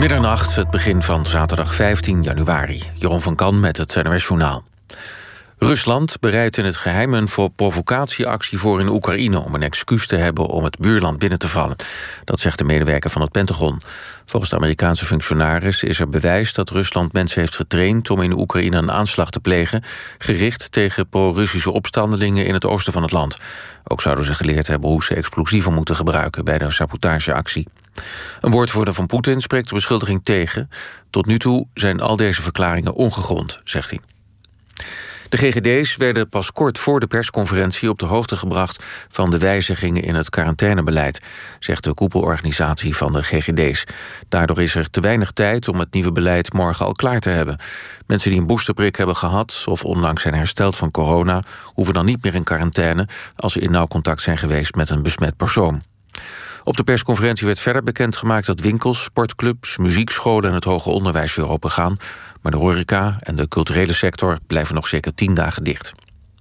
Middernacht, het begin van zaterdag 15 januari. Jeroen van Kan met het NOS-journaal. Rusland bereidt in het geheim een provocatieactie voor in Oekraïne om een excuus te hebben om het buurland binnen te vallen. Dat zegt de medewerker van het Pentagon. Volgens de Amerikaanse functionaris is er bewijs dat Rusland mensen heeft getraind om in Oekraïne een aanslag te plegen, gericht tegen pro-Russische opstandelingen in het oosten van het land. Ook zouden ze geleerd hebben hoe ze explosieven moeten gebruiken bij de sabotageactie. Een woordvoerder van Poetin spreekt de beschuldiging tegen. Tot nu toe zijn al deze verklaringen ongegrond, zegt hij. De GGD's werden pas kort voor de persconferentie op de hoogte gebracht van de wijzigingen in het quarantainebeleid, zegt de koepelorganisatie van de GGD's. Daardoor is er te weinig tijd om het nieuwe beleid morgen al klaar te hebben. Mensen die een boosterprik hebben gehad of onlangs zijn hersteld van corona, hoeven dan niet meer in quarantaine als ze in nauw contact zijn geweest met een besmet persoon. Op de persconferentie werd verder bekendgemaakt dat winkels, sportclubs, muziekscholen en het hoger onderwijs weer open gaan. Maar de horeca en de culturele sector blijven nog zeker 10 dagen dicht.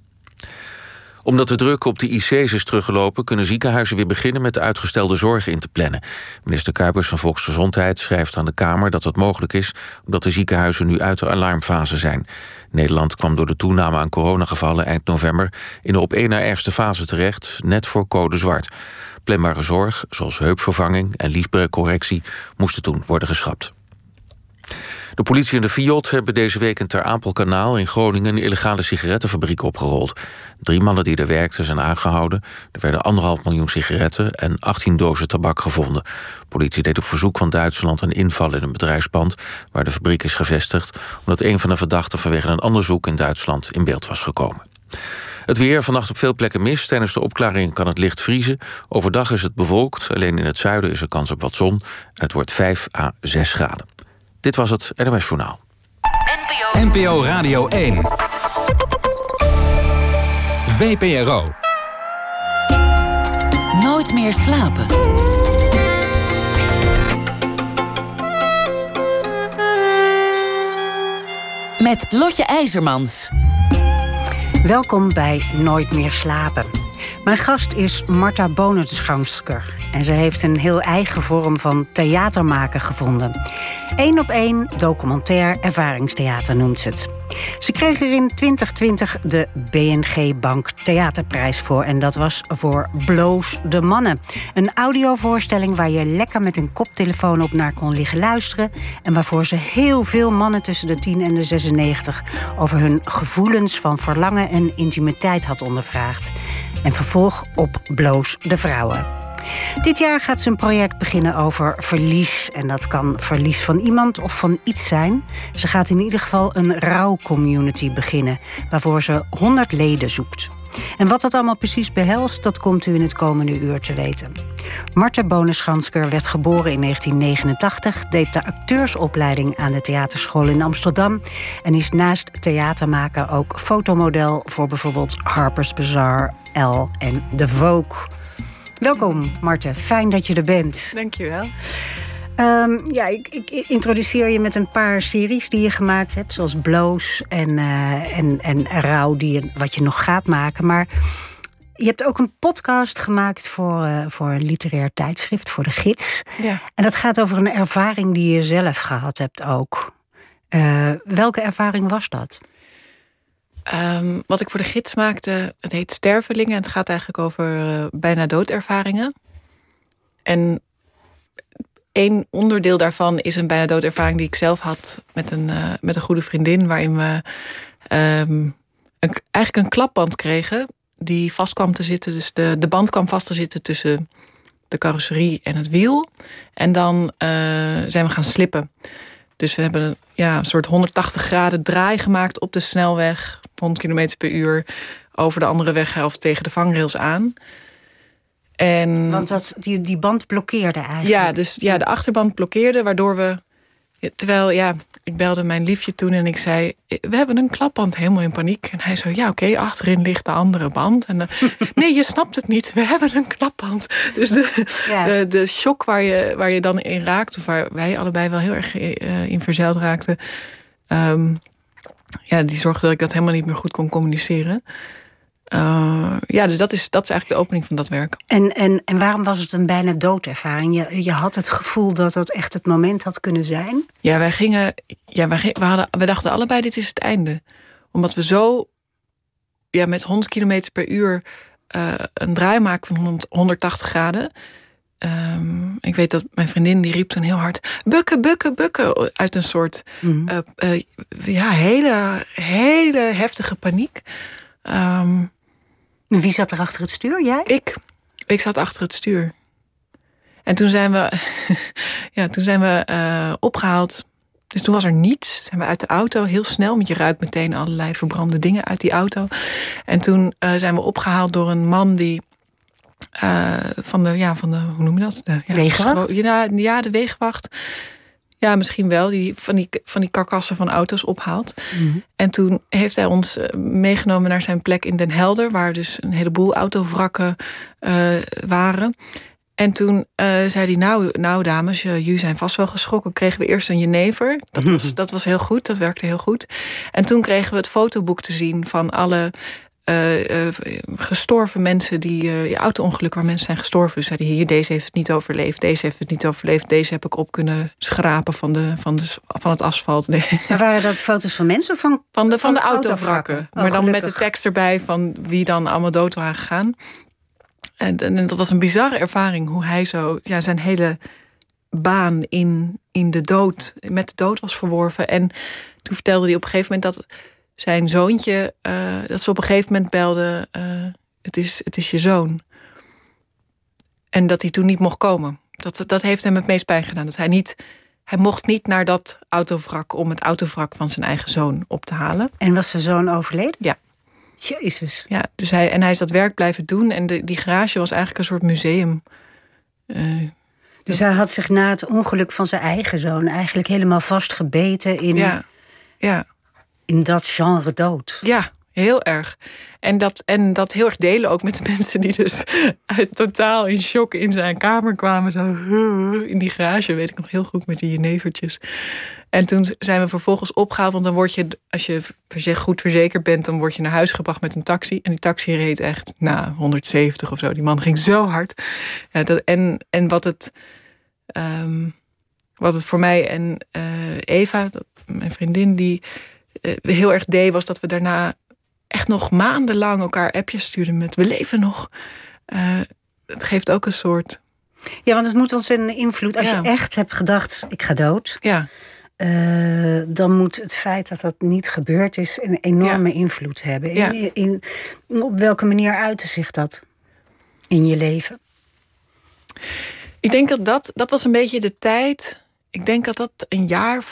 Omdat de druk op de IC's is teruggelopen, kunnen ziekenhuizen weer beginnen met de uitgestelde zorg in te plannen. Minister Kuipers van Volksgezondheid schrijft aan de Kamer dat dat mogelijk is, omdat de ziekenhuizen nu uit de alarmfase zijn. Nederland kwam door de toename aan coronagevallen eind november in de op één na ergste fase terecht, net voor code zwart. Planbare zorg, zoals heupvervanging en liesbreukcorrectie, moesten toen worden geschrapt. De politie en de FIOD hebben deze week in Ter Apelkanaal in Groningen een illegale sigarettenfabriek opgerold. 3 mannen die er werkten zijn aangehouden. Er werden 1,5 miljoen sigaretten en 18 dozen tabak gevonden. De politie deed op verzoek van Duitsland een inval in een bedrijfspand waar de fabriek is gevestigd, omdat een van de verdachten vanwege een onderzoek in Duitsland in beeld was gekomen. Het weer, vannacht op veel plekken mist. Tijdens de opklaringen kan het licht vriezen. Overdag is het bewolkt. Alleen in het zuiden is er kans op wat zon. En het wordt 5 à 6 graden. Dit was het NOS Journaal. NPO Radio 1. VPRO. Nooit meer slapen. Met Lotje IJzermans. Welkom bij Nooit meer slapen. Mijn gast is Marta Bonenschansker. En ze heeft een heel eigen vorm van theatermaken gevonden. 1-op-1 documentair ervaringstheater noemt ze het. Ze kreeg er in 2020 de BNG Bank Theaterprijs voor. En dat was voor Bloos de Mannen. Een audiovoorstelling waar je lekker met een koptelefoon op naar kon liggen luisteren. En waarvoor ze heel veel mannen tussen de 10 en de 96... over hun gevoelens van verlangen en intimiteit had ondervraagd. En vervolg op Bloos de Vrouwen. Dit jaar gaat ze een project beginnen over verlies. En dat kan verlies van iemand of van iets zijn. Ze gaat in ieder geval een rouwcommunity beginnen, waarvoor ze 100 leden zoekt. En wat dat allemaal precies behelst, dat komt u in het komende uur te weten. Marta Bonenschansker werd geboren in 1989... deed de acteursopleiding aan de theaterschool in Amsterdam... en is naast theatermaken ook fotomodel voor bijvoorbeeld Harper's Bazaar, Elle en The Vogue. Welkom, Marta. Fijn dat je er bent. Dankjewel. Ik introduceer je met een paar series die je gemaakt hebt, zoals Bloos en Rouw, wat je nog gaat maken. Maar je hebt ook een podcast gemaakt voor een literair tijdschrift, voor de Gids. Ja. En dat gaat over een ervaring die je zelf gehad hebt ook. Welke ervaring was dat? Wat ik voor de Gids maakte, het heet Stervelingen. Het gaat eigenlijk over bijna doodervaringen. En één onderdeel daarvan is een bijna doodervaring die ik zelf had met een goede vriendin, waarin we eigenlijk een klapband kregen die vast kwam te zitten. Dus de band kwam vast te zitten tussen de carrosserie en het wiel. En dan zijn we gaan slippen. Dus we hebben een soort 180 graden draai gemaakt op de snelweg, 100 km per uur, over de andere weghelft tegen de vangrails aan. Want die band blokkeerde eigenlijk. Ja, dus de achterband blokkeerde, waardoor we... Terwijl, ik belde mijn liefje toen en ik zei, we hebben een klapband, helemaal in paniek. En hij zo, oké, achterin ligt de andere band. En nee, je snapt het niet, we hebben een klapband. Dus de shock waar je dan in raakt, of waar wij allebei wel heel erg in verzeild raakten, die zorgde dat ik dat helemaal niet meer goed kon communiceren. Dus dat is eigenlijk de opening van dat werk. En waarom was het een bijna doodervaring? Je had het gevoel dat dat echt het moment had kunnen zijn? Ja, we dachten allebei, dit is het einde. Omdat we zo met 100 kilometer per uur een draai maken van 180 graden. Ik weet dat mijn vriendin die riep toen heel hard... bukken, bukken, bukken, uit een soort hele heftige paniek. Wie zat er achter het stuur? Jij? Ik zat achter het stuur. En toen zijn we opgehaald. Dus toen was er niets. Zijn we uit de auto heel snel. Want je ruikt meteen allerlei verbrande dingen uit die auto. En toen zijn we opgehaald door een man die... van de, hoe noem je dat? Wegenwacht? De wegenwacht. Ja, misschien wel. Die van die karkassen van auto's ophaalt. Mm-hmm. En toen heeft hij ons meegenomen naar zijn plek in Den Helder... waar dus een heleboel autovrakken waren. En toen zei hij, nou dames, jullie zijn vast wel geschrokken. Kregen we eerst een jenever. Dat was heel goed, dat werkte heel goed. En toen kregen we het fotoboek te zien van alle... gestorven mensen die auto-ongeluk waar mensen zijn gestorven. Dus zeiden hier, deze heeft het niet overleefd, deze heeft het niet overleefd, deze heb ik op kunnen schrapen van het asfalt. Nee. Maar waren dat foto's van mensen of van de autovrakken? Maar dan gelukkig. Met de tekst erbij van wie dan allemaal dood waren gegaan. En dat was een bizarre ervaring hoe hij zo zijn hele baan in de dood, met de dood was verworven. En toen vertelde hij op een gegeven moment dat zijn zoontje, dat ze op een gegeven moment belde... het is je zoon. En dat hij toen niet mocht komen. Dat heeft hem het meest pijn gedaan. Dat hij mocht niet naar dat autovrak... om het autovrak van zijn eigen zoon op te halen. En was zijn zoon overleden? Ja. Jezus. Ja, dus hij is dat werk blijven doen. En die garage was eigenlijk een soort museum. Dus hij had zich na het ongeluk van zijn eigen zoon... eigenlijk helemaal vastgebeten in... Ja. In dat genre dood. Ja, heel erg. En dat heel erg delen ook met de mensen die dus totaal in shock in zijn kamer kwamen. Zo in die garage, weet ik nog heel goed, met die jenevertjes. En toen zijn we vervolgens opgehaald. Want dan word je, als je goed verzekerd bent, dan word je naar huis gebracht met een taxi. En die taxi reed echt 170 of zo. Die man ging zo hard. Ja, en wat het voor mij en Eva, mijn vriendin, die... heel erg deed, was dat we daarna echt nog maandenlang elkaar appjes stuurden met we leven nog. Het geeft ook een soort... Ja, want het moet ons een invloed. Als je echt hebt gedacht, ik ga dood... Ja. Dan moet het feit dat dat niet gebeurd is... een enorme invloed hebben. Ja. Op welke manier uitte zich dat in je leven? Ik denk dat was een beetje de tijd... Ik denk dat een jaar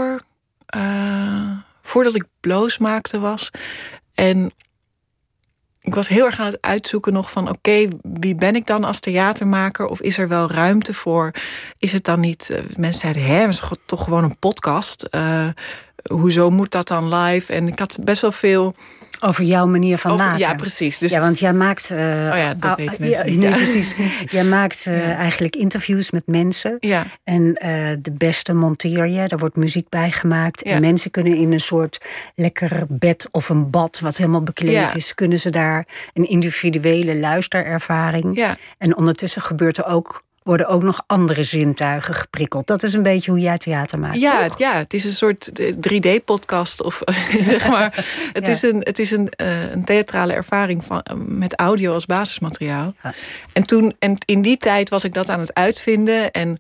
voordat ik Bloos maakte was. En ik was heel erg aan het uitzoeken nog van... oké, wie ben ik dan als theatermaker? Of is er wel ruimte voor? Is het dan niet... mensen zeiden, het is toch gewoon een podcast? Hoezo moet dat dan live? En ik had best wel veel... Over jouw manier van maken. Ja, precies. Dus... Ja, want jij maakt... dat weten mensen niet. Nee, precies. Jij maakt eigenlijk interviews met mensen. Ja. En de beste monteer je. Daar wordt muziek bij gemaakt. Ja. En mensen kunnen in een soort lekker bed of een bad... wat helemaal bekleed is... kunnen ze daar een individuele luisterervaring. Ja. En ondertussen worden ook nog andere zintuigen geprikkeld. Dat is een beetje hoe jij theater maakt, toch? Ja, het is een soort 3D-podcast. Of zeg maar. Het is een theatrale ervaring met audio als basismateriaal. Ja. En in die tijd was ik dat aan het uitvinden. En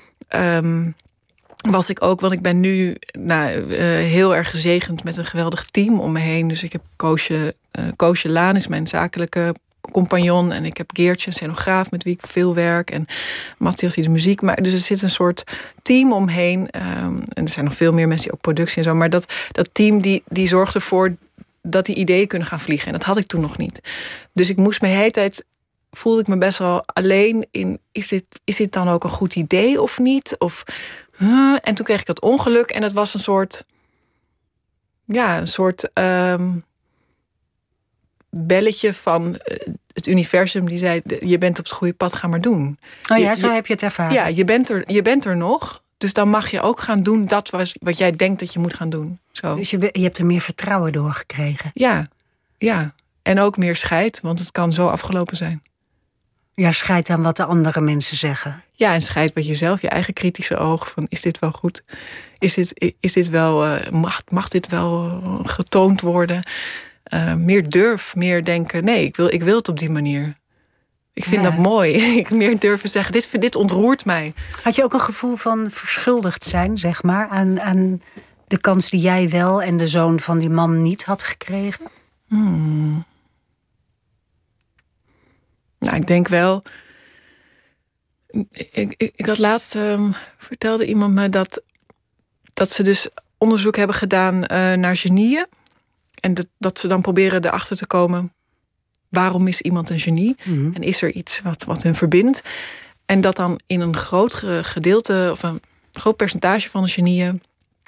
was ik ook, want ik ben nu heel erg gezegend met een geweldig team om me heen. Dus ik heb Koosje Laan is mijn zakelijke compagnon. En ik heb Geertje, een scenograaf met wie ik veel werk. En Matthias die de muziek maakt. Dus er zit een soort team omheen. En er zijn nog veel meer mensen die ook productie en zo. Maar dat team die zorgt ervoor dat die ideeën kunnen gaan vliegen. En dat had ik toen nog niet. Dus ik moest me de hele tijd... voelde ik me best wel alleen in... Is dit dan ook een goed idee of niet? En toen kreeg ik dat ongeluk. En dat was een soort... belletje van het universum die zei... je bent op het goede pad, ga maar doen. Oh ja, zo heb je het ervaren. Ja, je bent er nog. Dus dan mag je ook gaan doen dat wat jij denkt dat je moet gaan doen. Zo. Dus je hebt er meer vertrouwen door gekregen. Ja. En ook meer scheid, want het kan zo afgelopen zijn. Ja, scheid aan wat de andere mensen zeggen. Ja, en scheid wat jezelf, je eigen kritische oog. Van, is dit wel goed? Is dit wel, mag dit wel getoond worden? Meer durf, meer denken, nee, ik wil het op die manier. Ik vind dat mooi. Ik meer durven zeggen, dit ontroert mij. Had je ook een gevoel van verschuldigd zijn, zeg maar, aan de kans die jij wel en de zoon van die man niet had gekregen? Nou, ik denk wel. Ik had laatst vertelde iemand me dat ze dus onderzoek hebben gedaan naar genieën. En dat ze dan proberen erachter te komen, waarom is iemand een genie? Mm-hmm. En is er iets wat hun verbindt? En dat dan in een groot gedeelte of een groot percentage van de genieën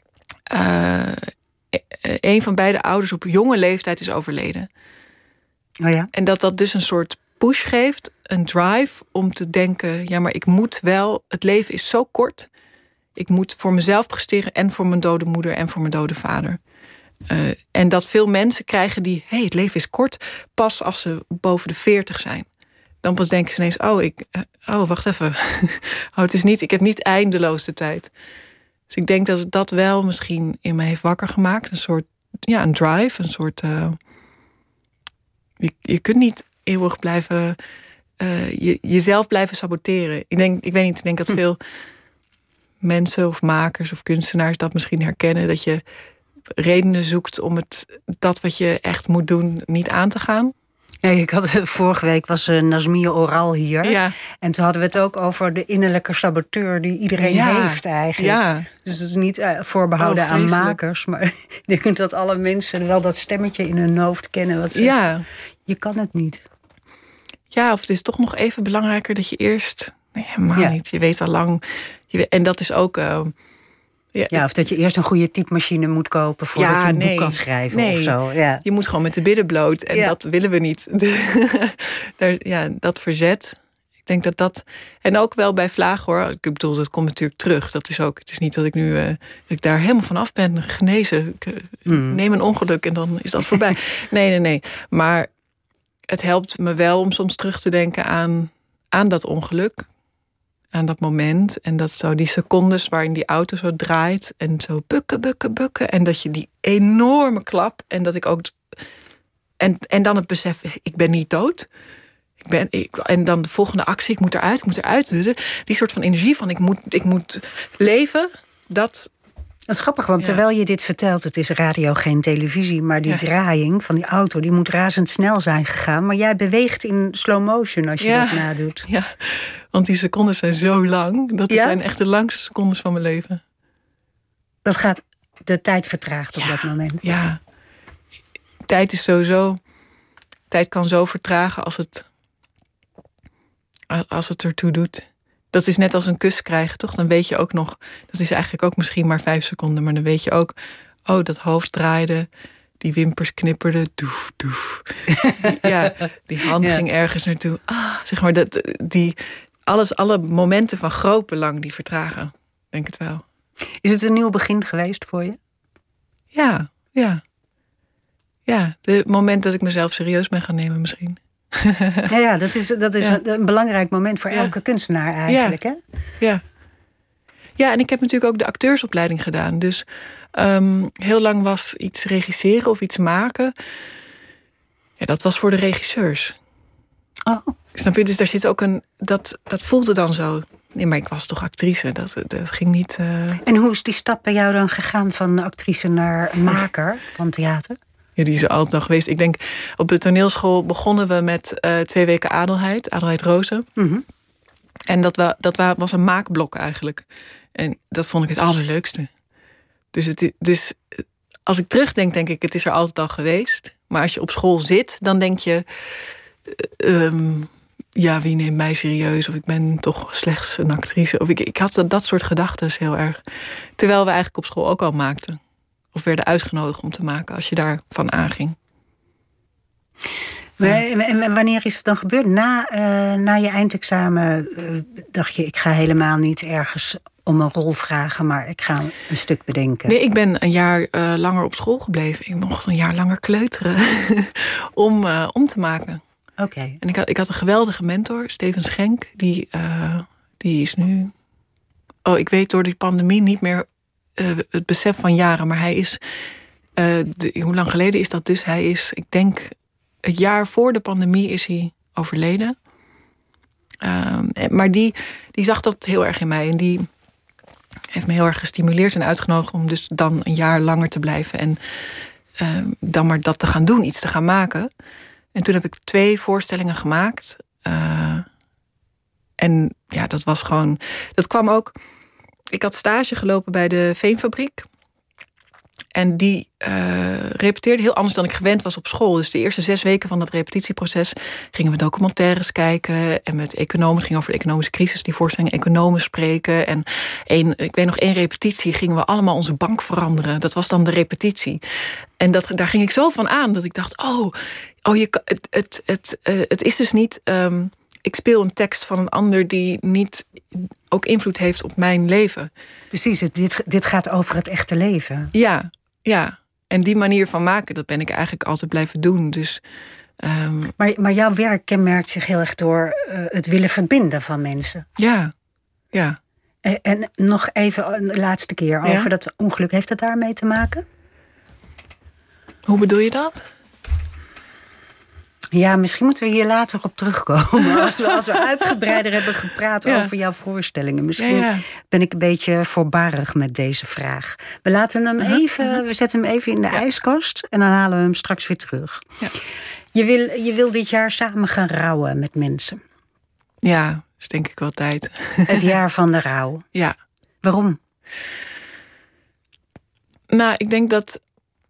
een van beide ouders op jonge leeftijd is overleden. Oh ja? En dat dus een soort push geeft, een drive om te denken, ja, maar ik moet wel, het leven is zo kort. Ik moet voor mezelf presteren en voor mijn dode moeder en voor mijn dode vader. En dat veel mensen krijgen die, het leven is kort, pas als ze boven de 40 zijn. Dan pas denken ze ineens, wacht even. Het is niet, ik heb niet eindeloos de tijd. Dus ik denk dat dat wel misschien in me heeft wakker gemaakt. Een soort, een drive, een soort. Je kunt niet eeuwig blijven jezelf blijven saboteren. Ik denk dat veel mensen of makers of kunstenaars dat misschien herkennen, dat je redenen zoekt om dat wat je echt moet doen niet aan te gaan. Ja, vorige week was Nazmiye Oral hier. Ja. En toen hadden we het ook over de innerlijke saboteur die iedereen heeft eigenlijk. Ja. Dus dat is niet voorbehouden aan makers. Maar ik denk dat alle mensen wel dat stemmetje in hun hoofd kennen. Wat zegt, je kan het niet. Ja, of het is toch nog even belangrijker dat je eerst... Nee, helemaal niet. Je weet al lang... En dat is ook... of dat je eerst een goede typemachine moet kopen voordat je een boek kan schrijven of zo. Ja. Je moet gewoon met de billen bloot. En dat willen we niet. Dat verzet. Ik denk dat... En ook wel bij vlaag, hoor. Ik bedoel, dat komt natuurlijk terug. Dat is ook... Het is niet dat ik nu dat ik daar helemaal van af ben genezen. Ik neem een ongeluk en dan is dat voorbij. Nee. Maar het helpt me wel om soms terug te denken aan dat ongeluk. Aan dat moment. En dat zo die secondes waarin die auto zo draait. En zo bukken. En dat je die enorme klap. En dat ik ook... En dan het besef, ik ben niet dood. En dan de volgende actie, ik moet eruit. Die soort van energie van ik moet leven. Dat is grappig, want terwijl je dit vertelt, het is radio, geen televisie, maar die draaiing van die auto, die moet razendsnel zijn gegaan. Maar jij beweegt in slow motion als je dat nadoet. Ja, want die seconden zijn zo lang. Dat zijn echt de langste secondes van mijn leven. Dat gaat de tijd vertraagt op dat moment. Ja, tijd is sowieso... Tijd kan zo vertragen als het ertoe doet. Dat is net als een kus krijgen, toch? Dan weet je ook nog... Dat is eigenlijk ook misschien maar 5 seconden. Maar dan weet je ook... Oh, dat hoofd draaide. Die wimpers knipperden. Doef, doef. Die hand ging ergens naartoe. Zeg maar, alle momenten van groot belang die vertragen. Denk het wel. Is het een nieuw begin geweest voor je? Ja. Het moment dat ik mezelf serieus ben gaan nemen misschien. Dat is een belangrijk moment voor elke kunstenaar eigenlijk. Hè? Ja, en ik heb natuurlijk ook de acteursopleiding gedaan. Dus heel lang was iets regisseren of iets maken. Ja, dat was voor de regisseurs. Oh. Snap je? Dus daar zit ook dat voelde dan zo. Nee, maar ik was toch actrice. Dat ging niet... En hoe is die stap bij jou dan gegaan van actrice naar maker van theater? Ja, die is er altijd al geweest. Ik denk, op de toneelschool begonnen we met 2 weken Adelheid Rozen. Mm-hmm. En dat was een maakblok eigenlijk. En dat vond ik het allerleukste. Dus als ik terugdenk, denk ik, het is er altijd al geweest. Maar als je op school zit, dan denk je... wie neemt mij serieus? Of ik ben toch slechts een actrice. Of ik had dat soort gedachten heel erg. Terwijl we eigenlijk op school ook al maakten. Of werden uitgenodigd om te maken als je daarvan aanging. En wanneer is het dan gebeurd? Na je eindexamen dacht je, ik ga helemaal niet ergens om een rol vragen, maar ik ga een stuk bedenken. Nee, ik ben een jaar langer op school gebleven. Ik mocht een jaar langer kleuteren om te maken. Oké. En ik had een geweldige mentor, Steven Schenk. Die is nu... ik weet door die pandemie niet meer het besef van jaren. Maar hij is... hoe lang geleden is dat dus? Hij is, ik denk, het jaar voor de pandemie is hij overleden. Maar die zag dat heel erg in mij. En die heeft me heel erg gestimuleerd en uitgenodigd om dus dan een jaar langer te blijven. En dan maar dat te gaan doen, iets te gaan maken. En toen heb ik 2 voorstellingen gemaakt. En ja, dat was gewoon... Dat kwam ook... Ik had stage gelopen bij de Veenfabriek. En die repeteerde heel anders dan ik gewend was op school. Dus de eerste 6 weken van dat repetitieproces gingen we documentaires kijken. En met economen, ging over de economische crisis, die voorstelling economen spreken. En ik weet nog 1 repetitie, gingen we allemaal onze bank veranderen. Dat was dan de repetitie. En daar ging ik zo van aan dat ik dacht, het is dus niet... ik speel een tekst van een ander die niet ook invloed heeft op mijn leven. Precies, dit gaat over het echte leven. Ja. En die manier van maken, dat ben ik eigenlijk altijd blijven doen. Dus, Maar jouw werk kenmerkt zich heel erg door het willen verbinden van mensen. Ja. En nog even een laatste keer over dat ongeluk. Heeft dat daarmee te maken? Hoe bedoel je dat? Ja, misschien moeten we hier later op terugkomen. Als we uitgebreider hebben gepraat over jouw voorstellingen. Misschien ben ik een beetje voorbarig met deze vraag. We laten hem we zetten hem even in de ijskast. En dan halen we hem straks weer terug. Ja. Je wil dit jaar samen gaan rouwen met mensen. Ja, dat is denk ik wel tijd. Het jaar van de rouw. Ja. Waarom? Nou, ik denk dat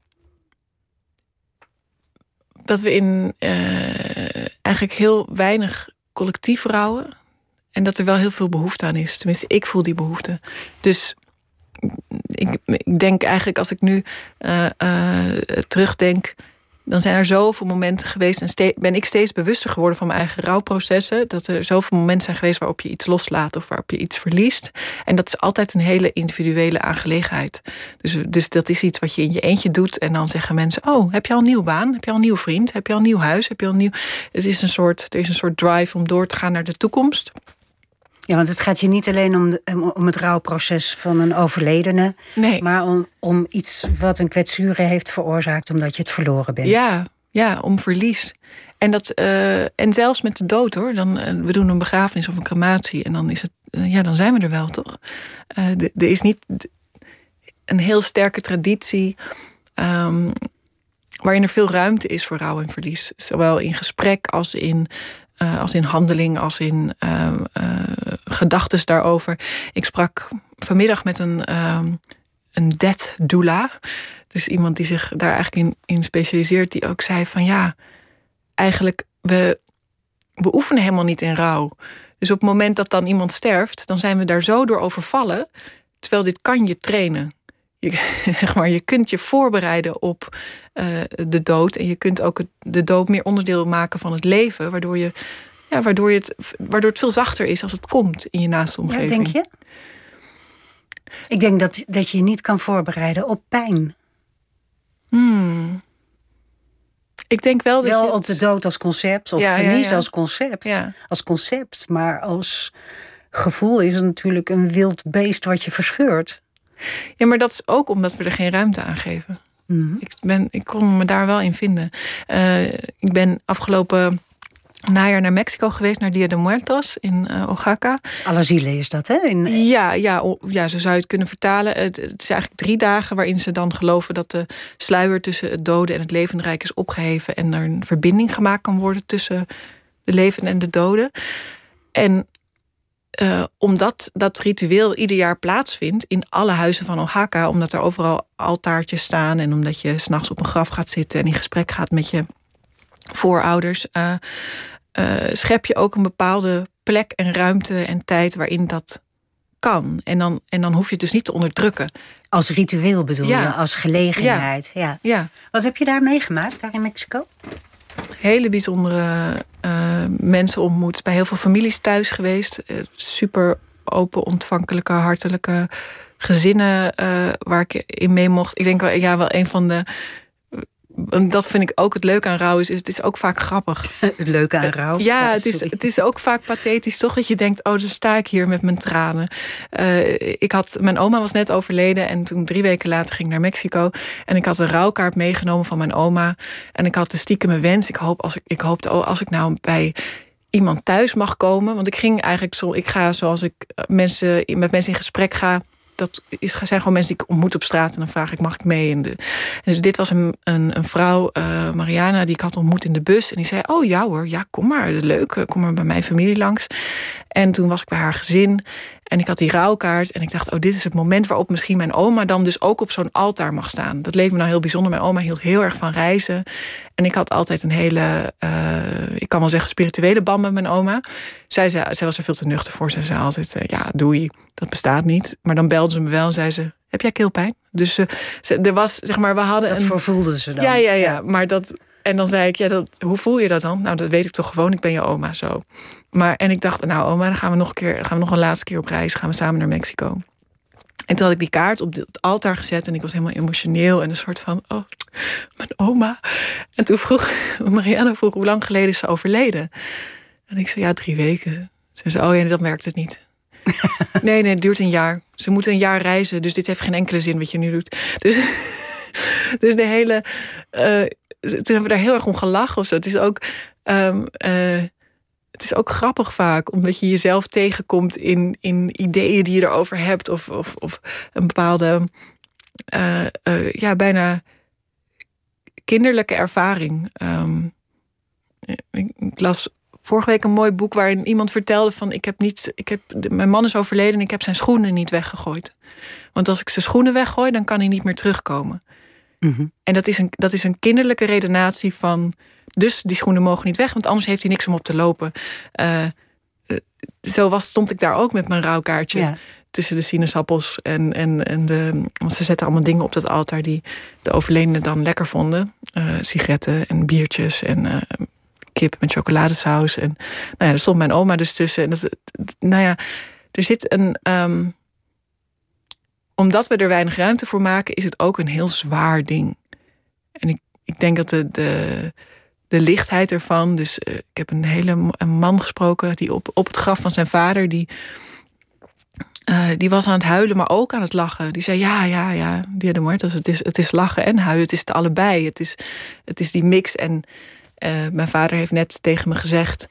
we in eigenlijk heel weinig collectief rouwen. En dat er wel heel veel behoefte aan is. Tenminste, ik voel die behoefte. Dus ik denk eigenlijk, als ik nu terugdenk, dan zijn er zoveel momenten geweest en ben ik steeds bewuster geworden van mijn eigen rouwprocessen. Dat er zoveel momenten zijn geweest waarop je iets loslaat of waarop je iets verliest. En dat is altijd een hele individuele aangelegenheid. Dus dat is iets wat je in je eentje doet. En dan zeggen mensen, heb je al een nieuwe baan? Heb je al een nieuwe vriend? Heb je al een nieuw huis? Heb je al een nieuw... Er is een soort drive om door te gaan naar de toekomst. Ja, want het gaat je niet alleen om het rouwproces van een overledene. Nee. Maar om iets wat een kwetsuur heeft veroorzaakt omdat je het verloren bent. Ja, om verlies. En zelfs met de dood, hoor. We doen een begrafenis of een crematie en dan is het, dan zijn we er wel, toch? Er is niet een heel sterke traditie waarin er veel ruimte is voor rouw en verlies. Zowel in gesprek als in handeling, als in gedachtes daarover. Ik sprak vanmiddag met een death doula. Dus iemand die zich daar eigenlijk in specialiseert, die ook zei van eigenlijk, we oefenen helemaal niet in rouw. Dus op het moment dat dan iemand sterft, dan zijn we daar zo door overvallen. Terwijl dit kan je trainen. Je kunt je voorbereiden op de dood. En je kunt ook de dood meer onderdeel maken van het leven. Waardoor het veel zachter is als het komt in je naaste omgeving. Ja, denk je? Ik denk dat je je niet kan voorbereiden op pijn. Ik denk wel dat op de dood als concept. Of verlies als concept. Ja. Als concept. Maar als gevoel is het natuurlijk een wild beest wat je verscheurt. Ja, maar dat is ook omdat we er geen ruimte aan geven. Ik kon me daar wel in vinden. Ik ben afgelopen najaar naar Mexico geweest, naar Dia de Muertos in Oaxaca. Dus alle zielen is dat, hè? Ja, zo zou je het kunnen vertalen. Het is eigenlijk 3 dagen waarin ze dan geloven dat de sluier tussen het dode en het levenrijk is opgeheven en er een verbinding gemaakt kan worden tussen de levenden en de doden. En omdat dat ritueel ieder jaar plaatsvindt in alle huizen van Oaxaca, omdat er overal altaartjes staan en omdat je 's nachts op een graf gaat zitten en in gesprek gaat met je voorouders, schep je ook een bepaalde plek en ruimte en tijd waarin dat kan. En dan hoef je het dus niet te onderdrukken. Als ritueel bedoel je, als gelegenheid. Ja. Ja. Wat heb je daar meegemaakt, daar in Mexico? hele bijzondere mensen ontmoet. Bij heel veel families thuis geweest. Super open, ontvankelijke, hartelijke gezinnen waar ik in mee mocht. Ik denk wel een van de... Dat vind ik ook het leuke aan rouw. Het is ook vaak grappig. Het leuke aan rouw? Het is ook vaak pathetisch. Toch dat je denkt, dan sta ik hier met mijn tranen. Mijn oma was net overleden. En toen 3 weken later ging ik naar Mexico. En ik had een rouwkaart meegenomen van mijn oma. En ik had de stiekeme wens. Ik hoopte, als ik nou bij iemand thuis mag komen. Want ik ga zoals ik met mensen in gesprek ga. Zijn gewoon mensen die ik ontmoet op straat. En dan vraag ik, mag ik mee? En dus dit was een vrouw, Mariana, die ik had ontmoet in de bus. En die zei, oh ja hoor, ja, kom maar, leuk. Kom maar bij mijn familie langs. En toen was ik bij haar gezin. En ik had die rouwkaart. En ik dacht, dit is het moment waarop misschien mijn oma dan dus ook op zo'n altaar mag staan. Dat leek me nou heel bijzonder. Mijn oma hield heel erg van reizen. En ik had altijd een hele, ik kan wel zeggen, spirituele band met mijn oma. Zij was er veel te nuchter voor. Ze zei altijd, doei, dat bestaat niet. Maar dan belde ze me wel en zei ze, heb jij keelpijn? Dus er was, zeg maar, we hadden dat vervoelde ze dan. Ja. Maar dat... En dan zei ik, hoe voel je dat dan? Nou, dat weet ik toch gewoon, ik ben je oma, zo. En ik dacht, nou oma, dan gaan we nog een laatste keer op reis. Gaan we samen naar Mexico. En toen had ik die kaart op het altaar gezet. En ik was helemaal emotioneel. En een soort van, mijn oma. En toen Mariana vroeg, hoe lang geleden is ze overleden? En ik zei, 3 weken. Ze zei, dat werkt het niet. Nee, het duurt 1 jaar. Ze moeten 1 jaar reizen, dus dit heeft geen enkele zin wat je nu doet. Dus de hele... toen hebben we daar heel erg om gelachen of zo. Het is ook grappig vaak, omdat je jezelf tegenkomt in ideeën die je erover hebt. Of een bepaalde, bijna kinderlijke ervaring. Ik las vorige week een mooi boek waarin iemand vertelde van... mijn man is overleden en ik heb zijn schoenen niet weggegooid. Want als ik zijn schoenen weggooi, dan kan hij niet meer terugkomen. Mm-hmm. En dat is een kinderlijke redenatie van... dus die schoenen mogen niet weg, want anders heeft hij niks om op te lopen. Stond ik daar ook met mijn rouwkaartje... Ja. Tussen de sinaasappels want ze zetten allemaal dingen op dat altaar... die de overledenen dan lekker vonden. Sigaretten en biertjes en kip met chocoladesaus. En daar stond mijn oma dus tussen. En er zit een... omdat we er weinig ruimte voor maken, is het ook een heel zwaar ding. En ik denk dat de lichtheid ervan... Dus ik heb een man gesproken die op het graf van zijn vader... Die was aan het huilen, maar ook aan het lachen. Die zei, ja, Dia de Muertos, het is lachen en huilen. Het is het allebei. Het is die mix. En mijn vader heeft net tegen me gezegd...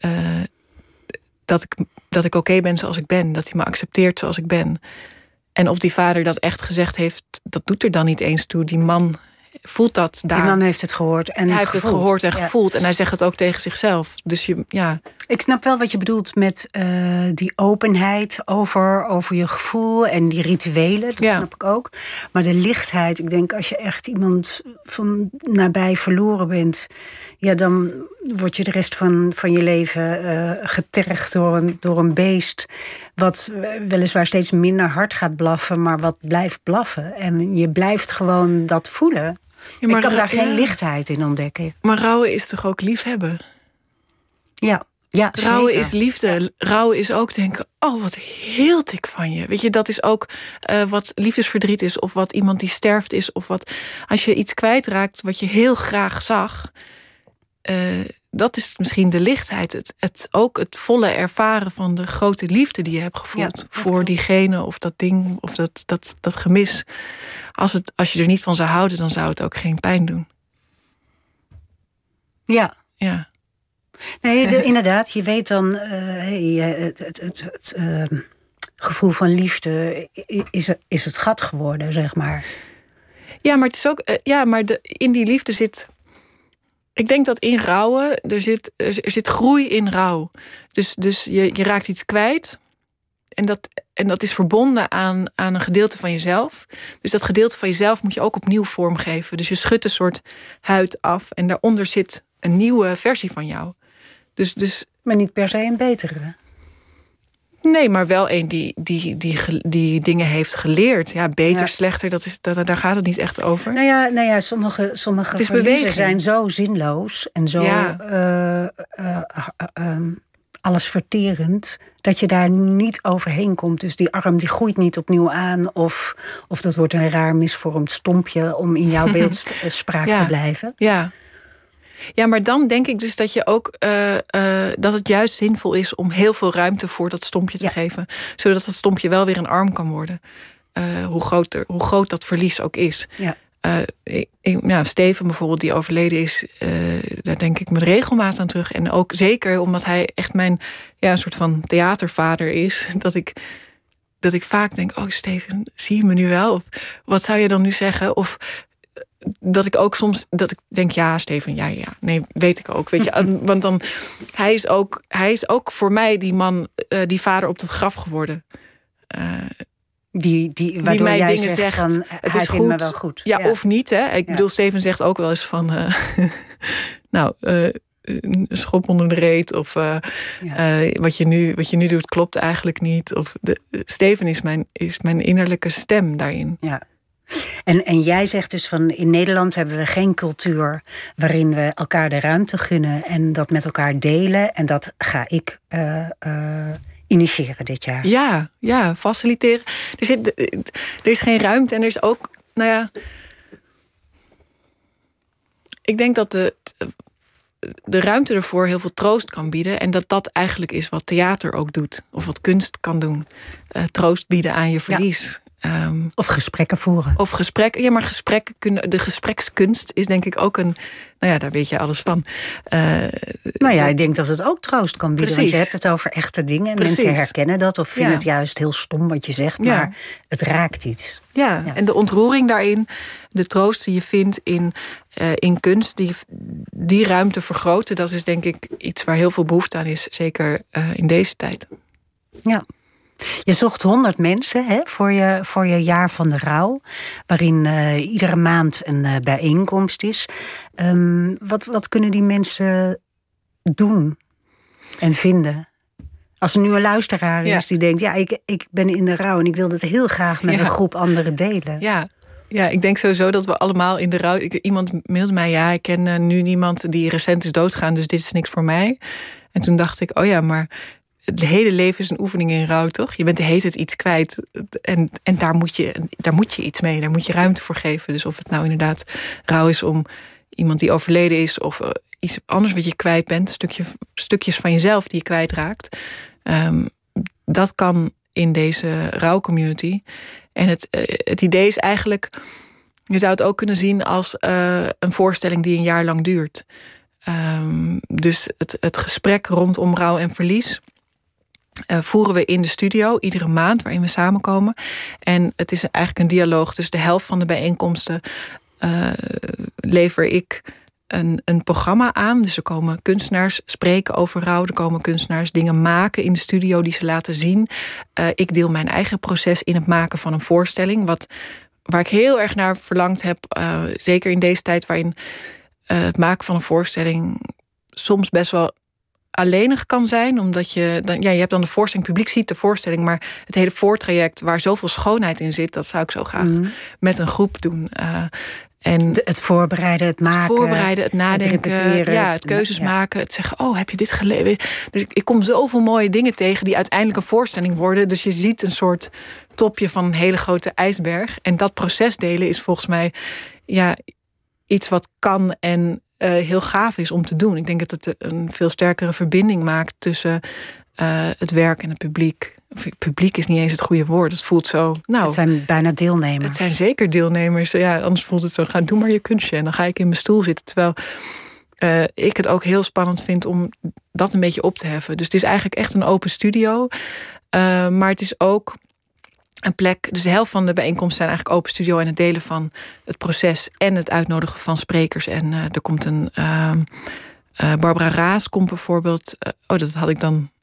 dat ik oké ben zoals ik ben. Dat hij me accepteert zoals ik ben. En of die vader dat echt gezegd heeft... dat doet er dan niet eens toe. Die man voelt dat daar. Die man heeft het gehoord en hij heeft het gehoord en gevoeld. En hij zegt het ook tegen zichzelf. Dus Ik snap wel wat je bedoelt met die openheid over je gevoel... en die rituelen, dat snap ik ook. Maar de lichtheid, ik denk als je echt iemand van nabij verloren bent... dan word je de rest van je leven getergd door een beest... wat weliswaar steeds minder hard gaat blaffen... maar wat blijft blaffen. En je blijft gewoon dat voelen. Ja, ik kan daar geen lichtheid in ontdekken. Maar rouwen is toch ook liefhebben? Ja, rouwen is liefde. Rouwen is ook denken, wat hield ik van je. Weet je, dat is ook wat liefdesverdriet is... of wat iemand die sterft is... of wat als je iets kwijtraakt wat je heel graag zag... dat is misschien de lichtheid. Ook het volle ervaren van de grote liefde die je hebt gevoeld... voor diegene of dat ding of dat gemis. Als je er niet van zou houden, dan zou het ook geen pijn doen. Ja. Nee, inderdaad. Je weet dan... het gevoel van liefde is het gat geworden, zeg maar. Ja, maar het is ook... in die liefde zit... Ik denk dat in rouwen, er zit groei in rouw. Dus je raakt iets kwijt. En dat is verbonden aan een gedeelte van jezelf. Dus dat gedeelte van jezelf moet je ook opnieuw vormgeven. Dus je schudt een soort huid af. En daaronder zit een nieuwe versie van jou. Dus, maar niet per se een betere. Nee, maar wel een die dingen heeft geleerd. Ja, beter, slechter, daar gaat het niet echt over. Nou ja, sommige verliezen zijn zo zinloos en zo allesverterend, dat je daar niet overheen komt. Dus die arm die groeit niet opnieuw aan, of dat wordt een raar misvormd stompje om in jouw beeldspraak te blijven. Ja, maar dan denk ik dus dat je ook dat het juist zinvol is om heel veel ruimte voor dat stompje te geven, zodat dat stompje wel weer een arm kan worden. Hoe groot dat verlies ook is. Ja. Steven bijvoorbeeld, die overleden is, daar denk ik met regelmaat aan terug. En ook zeker omdat hij echt mijn een soort van theatervader is, dat ik vaak denk, oh Steven, zie je me nu wel? Of, wat zou je dan nu zeggen? Of dat ik ook soms dat ik denk, ja, Steven, ja, nee, weet ik ook, weet je, want dan hij is ook voor mij die man, die vader op het graf geworden. Waardoor die mij jij dingen zegt van, het is goed. Me wel goed. Ja, of niet, hè? Ik bedoel, Steven zegt ook wel eens van, een schop onder de reet, of wat je nu doet klopt eigenlijk niet. Of Steven is mijn innerlijke stem daarin. Ja. En jij zegt dus van, in Nederland hebben we geen cultuur waarin we elkaar de ruimte gunnen en dat met elkaar delen. En dat ga ik initiëren dit jaar. Ja, faciliteren. Er is geen ruimte en er is ook, ik denk dat de ruimte ervoor heel veel troost kan bieden. En dat eigenlijk is wat theater ook doet. Of wat kunst kan doen. Troost bieden aan je verlies. Of gesprekken voeren. Of gesprekken. Ja, maar de gesprekskunst is denk ik ook een... daar weet je alles van. Ik denk dat het ook troost kan bieden. Precies. Want je hebt het over echte dingen. En mensen herkennen dat of vinden het juist heel stom wat je zegt. Maar het raakt iets. Ja, en de ontroering daarin, de troost die je vindt in kunst, die ruimte vergroten, dat is denk ik iets waar heel veel behoefte aan is. Zeker in deze tijd. Ja. Je zocht 100 mensen voor je jaar van de rouw, waarin iedere maand een bijeenkomst is. Wat kunnen die mensen doen en vinden? Als er nu een luisteraar is die denkt, ik ben in de rouw en ik wil dat heel graag met een groep anderen delen. Ja, ik denk sowieso dat we allemaal in de rouw... Iemand mailde mij, ik ken nu niemand die recent is doodgegaan, dus dit is niks voor mij. En toen dacht ik, maar het hele leven is een oefening in rouw, toch? Je bent de hele tijd iets kwijt. En daar moet je iets mee. Daar moet je ruimte voor geven. Dus of het nou inderdaad rouw is om iemand die overleden is, of iets anders wat je kwijt bent, stukjes van jezelf die je kwijtraakt. Dat kan in deze rouwcommunity. En het idee is eigenlijk, je zou het ook kunnen zien als een voorstelling die een jaar lang duurt. Dus het gesprek rondom rouw en verlies voeren we in de studio iedere maand, waarin we samenkomen. En het is eigenlijk een dialoog. Dus de helft van de bijeenkomsten lever ik een programma aan. Dus er komen kunstenaars spreken over rouw. Er komen kunstenaars dingen maken in de studio die ze laten zien. Ik deel mijn eigen proces in het maken van een voorstelling. Waar ik heel erg naar verlangd heb. Zeker in deze tijd waarin het maken van een voorstelling soms best wel alleenig kan zijn. Omdat je hebt dan de voorstelling, het publiek ziet de voorstelling, maar het hele voortraject waar zoveel schoonheid in zit, dat zou ik zo graag met een groep doen. En het voorbereiden, het maken. Het nadenken, het repeteren. Het keuzes maken. Het zeggen, heb je dit gelezen? Dus ik kom zoveel mooie dingen tegen die uiteindelijk een voorstelling worden. Dus je ziet een soort topje van een hele grote ijsberg. En dat proces delen is volgens mij iets wat kan en heel gaaf is om te doen. Ik denk dat het een veel sterkere verbinding maakt tussen het werk en het publiek. Publiek is niet eens het goede woord. Het voelt zo... het zijn bijna deelnemers. Het zijn zeker deelnemers. Ja, anders voelt het zo, doe maar je kunstje. En dan ga ik in mijn stoel zitten. Terwijl ik het ook heel spannend vind om dat een beetje op te heffen. Dus het is eigenlijk echt een open studio. Maar het is ook een plek... Dus de helft van de bijeenkomsten zijn eigenlijk open studio en het delen van het proces en het uitnodigen van sprekers. En er komt een... Barbara Raas komt bijvoorbeeld... dat had ik dan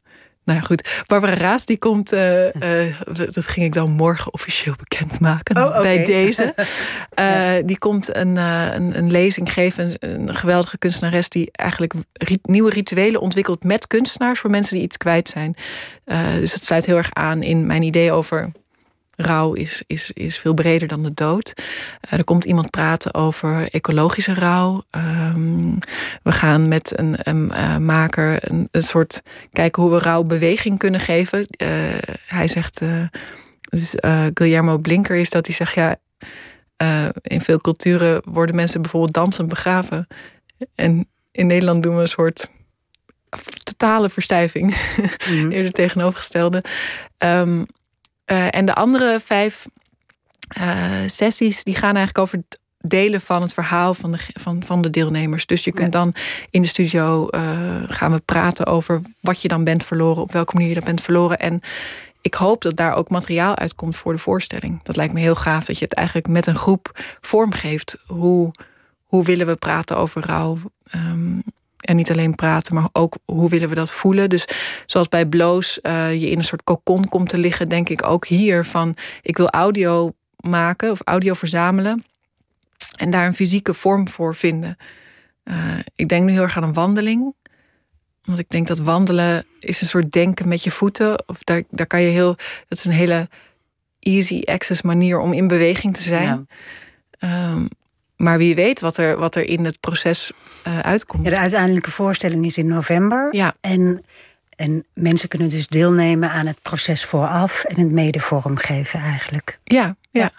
Nou ja, goed. Barbara Raas, die komt... dat ging ik dan morgen officieel bekendmaken. Bij deze. Die komt een lezing geven. Een geweldige kunstenares die eigenlijk nieuwe rituelen ontwikkelt met kunstenaars voor mensen die iets kwijt zijn. Dus dat sluit heel erg aan in mijn idee over... rouw is veel breder dan de dood. Er komt iemand praten over ecologische rouw. We gaan met een maker een soort kijken hoe we rouw beweging kunnen geven. Hij zegt, Guillermo Blinker is dat hij zegt, in veel culturen worden mensen bijvoorbeeld dansend begraven. En in Nederland doen we een soort totale verstijving. Eerder tegenovergestelde. En de andere 5 sessies die gaan eigenlijk over het delen van het verhaal van de deelnemers. Dus je kunt dan in de studio gaan we praten over wat je dan bent verloren, op welke manier je dat bent verloren. En ik hoop dat daar ook materiaal uitkomt voor de voorstelling. Dat lijkt me heel gaaf dat je het eigenlijk met een groep vormgeeft. Hoe willen we praten over rouw? En niet alleen praten, maar ook hoe willen we dat voelen. Dus zoals bij Bloos je in een soort cocon komt te liggen... denk ik ook hier van... ik wil audio maken of audio verzamelen... en daar een fysieke vorm voor vinden. Ik denk nu heel erg aan een wandeling. Want ik denk dat wandelen is een soort denken met je voeten. Of daar kan je dat is een hele easy access manier om in beweging te zijn. Ja. Maar wie weet wat er in het proces uitkomt. Ja, de uiteindelijke voorstelling is in november. Ja. En mensen kunnen dus deelnemen aan het proces vooraf... en het mede vormgeven eigenlijk. Ja.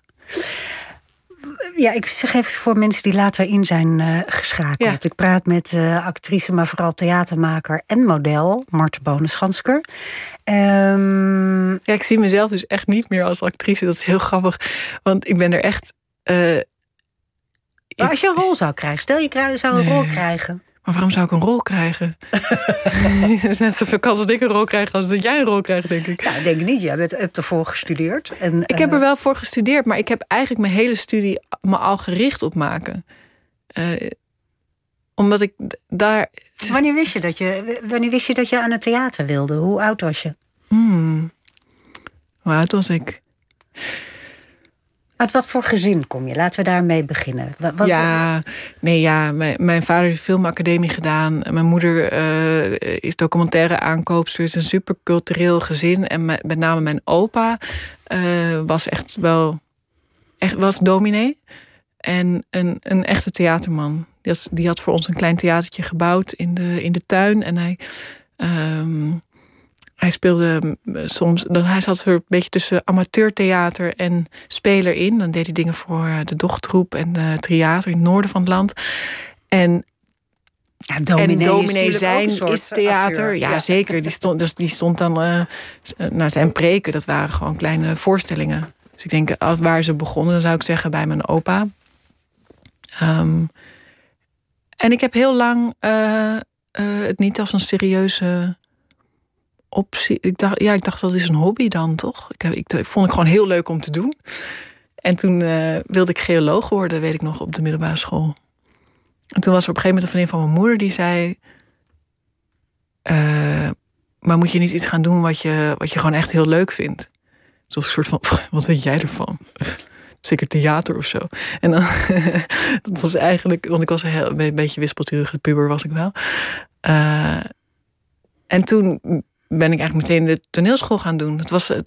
Ja, ik zeg even voor mensen die later in zijn geschakeld. Ja. Ik praat met actrice, maar vooral theatermaker en model... Marta Bonenschansker. Ja, ik zie mezelf dus echt niet meer als actrice. Dat is heel grappig, want ik ben er echt... Maar als je een rol zou krijgen, stel je zou een rol krijgen. Maar waarom zou ik een rol krijgen? Het is net zoveel kans dat ik een rol krijg als dat jij een rol krijgt, denk ik. Ja, denk ik niet. Jij hebt ervoor gestudeerd. Ik heb er wel voor gestudeerd, maar ik heb eigenlijk mijn hele studie me al gericht op maken. Omdat ik daar... Wanneer wist je dat je aan het theater wilde? Hoe oud was je? Hoe oud was ik? Uit wat voor gezin kom je? Laten we daarmee beginnen. Mijn vader heeft filmacademie gedaan. Mijn moeder is documentaire aankoopster. Het is een supercultureel gezin. En met name mijn opa was echt wel... was dominee. En een echte theaterman. Die had voor ons een klein theatertje gebouwd in de tuin. En hij speelde soms... Hij zat er een beetje tussen amateurtheater en speler in. Dan deed hij dingen voor de Dochtroep en het theater in het noorden van het land. En dominee zijn is theater. Acteur. Ja, zeker. Die stond dan naar zijn preken. Dat waren gewoon kleine voorstellingen. Dus ik denk, waar ze begonnen, zou ik zeggen, bij mijn opa. En ik heb heel lang het niet als een serieuze... optie. Ik dacht dat is een hobby dan, toch? Vond ik gewoon heel leuk om te doen. En toen wilde ik geoloog worden, weet ik nog, op de middelbare school. En toen was er op een gegeven moment een vriendin van mijn moeder die zei... maar moet je niet iets gaan doen wat je gewoon echt heel leuk vindt? Zoals een soort van, wat weet jij ervan? Zeker theater of zo. En dan, dat was eigenlijk... Want ik was een beetje wispelturige puber, was ik wel. En toen... ben ik eigenlijk meteen de toneelschool gaan doen. Het was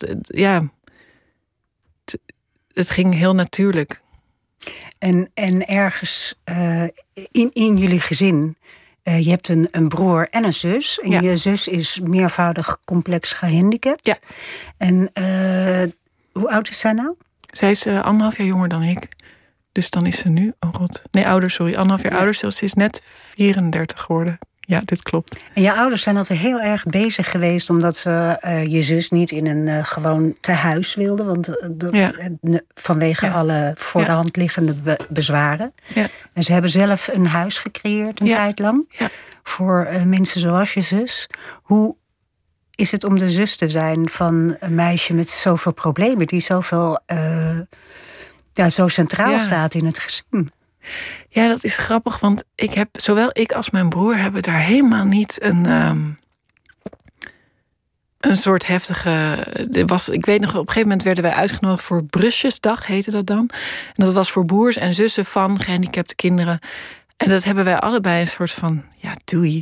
het ging heel natuurlijk. En ergens in jullie gezin... je hebt een broer en een zus. En je zus is meervoudig complex gehandicapt. Ja. En hoe oud is zij nou? Zij is 1,5 jaar jonger dan ik. Dus dan is ze nu... Oh god. Nee, ouder, sorry. 1,5 jaar ouder. Ze is net 34 geworden. Ja, dit klopt. En jouw ouders zijn altijd heel erg bezig geweest... omdat ze je zus niet in een gewoon tehuis wilden. Want vanwege alle voor de hand liggende bezwaren. Ja. En ze hebben zelf een huis gecreëerd een tijd lang. Ja. Voor mensen zoals je zus. Hoe is het om de zus te zijn van een meisje met zoveel problemen... die zoveel zo centraal staat in het gezin? Ja, dat is grappig, want zowel ik als mijn broer hebben daar helemaal niet een soort heftige... Ik weet nog, op een gegeven moment werden wij uitgenodigd voor Brusjesdag, heette dat dan. En dat was voor broers en zussen van gehandicapte kinderen. En dat hebben wij allebei een soort van, doei.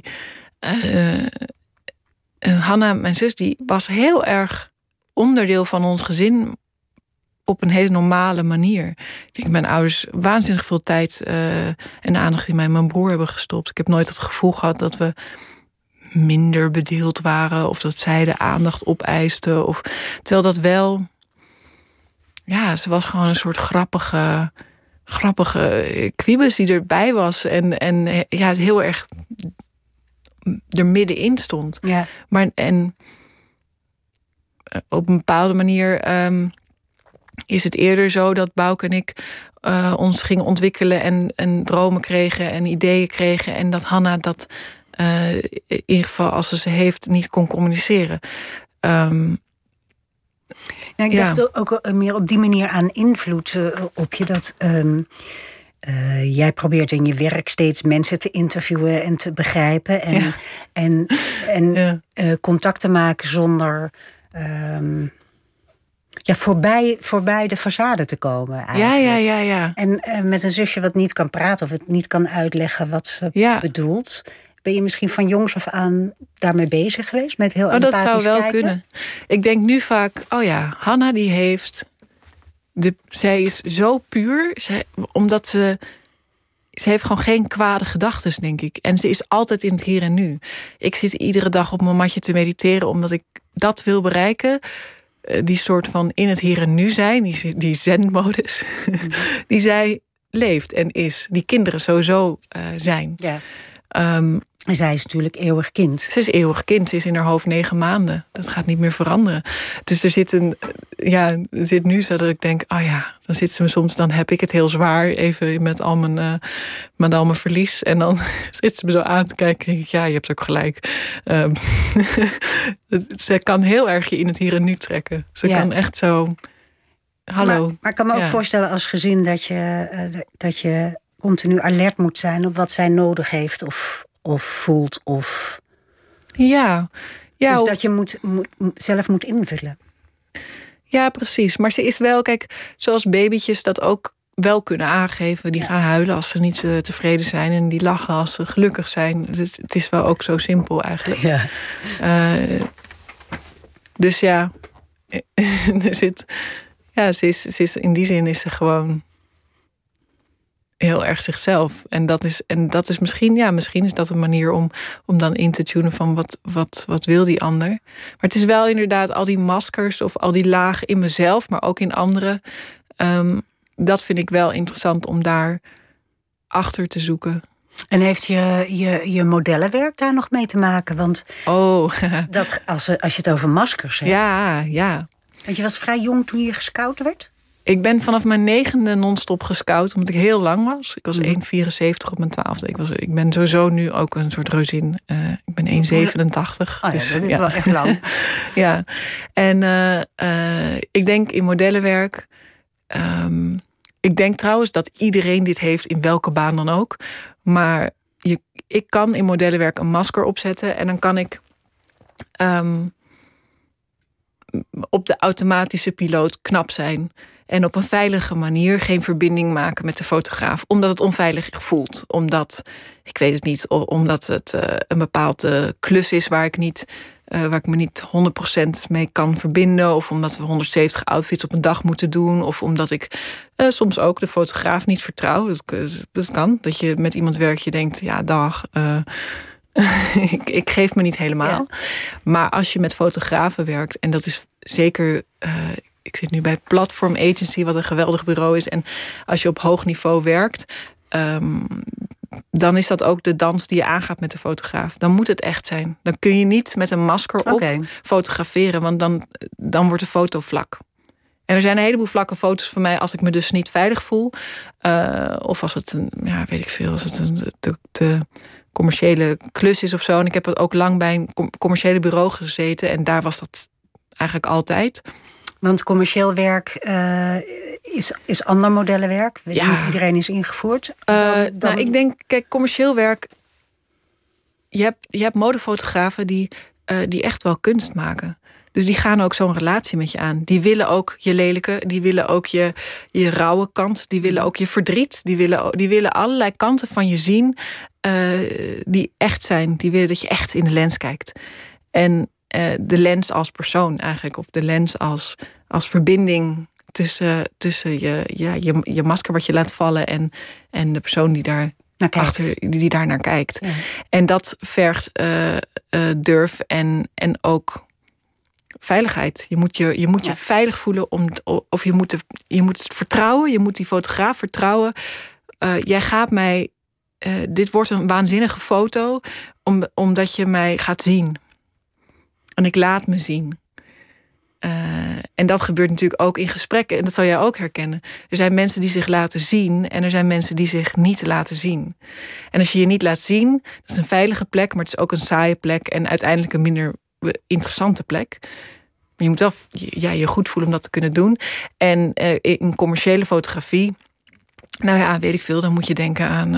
Hanna, mijn zus, die was heel erg onderdeel van ons gezin op een hele normale manier. Ik denk, mijn ouders waanzinnig veel tijd en aandacht in mij en mijn broer hebben gestopt. Ik heb nooit het gevoel gehad dat we minder bedeeld waren of dat zij de aandacht opeisten. Terwijl dat wel... Ja, ze was gewoon een soort grappige kwiebus die erbij was. En heel erg er middenin stond. Ja. Maar op een bepaalde manier is het eerder zo dat Bouke en ik ons gingen ontwikkelen en dromen kregen en ideeën kregen. En dat Hanna dat in ieder geval als ze heeft niet kon communiceren. Ik dacht ook meer op die manier aan invloed op je. Dat jij probeert in je werk steeds mensen te interviewen en te begrijpen. En contact te maken zonder voorbij de façade te komen. Eigenlijk. Ja. En met een zusje wat niet kan praten of het niet kan uitleggen wat ze bedoelt. Ben je misschien van jongs af aan daarmee bezig geweest? Met heel empathisch kijken? Dat zou wel kunnen. Ik denk nu vaak, Hanna die heeft... zij is zo puur, omdat ze heeft gewoon geen kwade gedachten, denk ik. En ze is altijd in het hier en nu. Ik zit iedere dag op mijn matje te mediteren, omdat ik dat wil bereiken. Die soort van in het hier en nu zijn, die zen-modus, die zij leeft en is. Die kinderen sowieso zijn. Ja. En zij is natuurlijk eeuwig kind. Ze is eeuwig kind. Ze is in haar hoofd 9 maanden. Dat gaat niet meer veranderen. Dus er zit nu zo dat ik denk... dan zit ze me soms... dan heb ik het heel zwaar even met al mijn verlies. En dan zit ze me zo aan te kijken. En denk ik, je hebt ook gelijk. Ze kan heel erg je in het hier en nu trekken. Ze kan echt zo... Hallo. Maar ik kan me ook voorstellen als gezin dat je continu alert moet zijn op wat zij nodig heeft of voelt. Dus dat je zelf moet invullen. Ja, precies. Maar ze is wel, kijk, zoals babytjes dat ook wel kunnen aangeven. Die gaan huilen als ze niet tevreden zijn. En die lachen als ze gelukkig zijn. Het is wel ook zo simpel eigenlijk. Ja. Dus ja, ze is in die zin is ze gewoon heel erg zichzelf. En dat is misschien is dat een manier om dan in te tunen van wat wil die ander. Maar het is wel inderdaad al die maskers of al die lagen in mezelf, maar ook in anderen. Dat vind ik wel interessant om daar achter te zoeken. En heeft je modellenwerk daar nog mee te maken? Want dat als je het over maskers hebt. Ja. Want je was vrij jong toen je gescout werd? Ik ben vanaf mijn 9e non-stop gescout, omdat ik heel lang was. Ik was 1,74 op mijn 12e. Ik ben sowieso nu ook een soort reuzin. Ik ben 1,87. Dus, dat is wel echt lang. Ja. En ik denk in modellenwerk... ik denk trouwens dat iedereen dit heeft in welke baan dan ook. Maar ik kan in modellenwerk een masker opzetten en dan kan ik op de automatische piloot knap zijn. En op een veilige manier geen verbinding maken met de fotograaf. Omdat het onveilig voelt. Omdat, ik weet het niet, omdat het een bepaalde klus is waar ik me niet 100% mee kan verbinden. Of omdat we 170 outfits op een dag moeten doen. Of omdat ik soms ook de fotograaf niet vertrouw. Dat kan. Dat je met iemand werkt, je denkt, ja, dag. Ik geef me niet helemaal. Ja. Maar als je met fotografen werkt, en dat is zeker... ik zit nu bij Platform Agency, wat een geweldig bureau is. En als je op hoog niveau werkt, dan is dat ook de dans die je aangaat met de fotograaf. Dan moet het echt zijn. Dan kun je niet met een masker op fotograferen, want dan wordt de foto vlak. En er zijn een heleboel vlakke foto's van mij als ik me dus niet veilig voel. Of als het als het een commerciële klus is of zo. En ik heb ook lang bij een commerciële bureau gezeten. En daar was dat eigenlijk altijd. Want commercieel werk is ander modellenwerk. Niet iedereen is ingevoerd. Ik denk, kijk, commercieel werk... Je hebt modefotografen die echt wel kunst maken. Dus die gaan ook zo'n relatie met je aan. Die willen ook je lelijke, die willen ook je rauwe kant, die willen ook je verdriet. Die willen allerlei kanten van je zien die echt zijn. Die willen dat je echt in de lens kijkt. En de lens als persoon eigenlijk, of de lens als verbinding tussen je masker wat je laat vallen en de persoon die daar die daar naar kijkt. Ja. En dat vergt durf en ook veiligheid. Je moet je veilig voelen of je moet het vertrouwen. Je moet die fotograaf vertrouwen. Jij gaat mij. Dit wordt een waanzinnige foto, omdat je mij gaat zien. En ik laat me zien. En dat gebeurt natuurlijk ook in gesprekken. En dat zal jij ook herkennen. Er zijn mensen die zich laten zien. En er zijn mensen die zich niet laten zien. En als je je niet laat zien, dat is een veilige plek, maar het is ook een saaie plek. En uiteindelijk een minder interessante plek. Maar je moet wel je goed voelen om dat te kunnen doen. En in commerciële fotografie, nou ja, weet ik veel. Dan moet je denken aan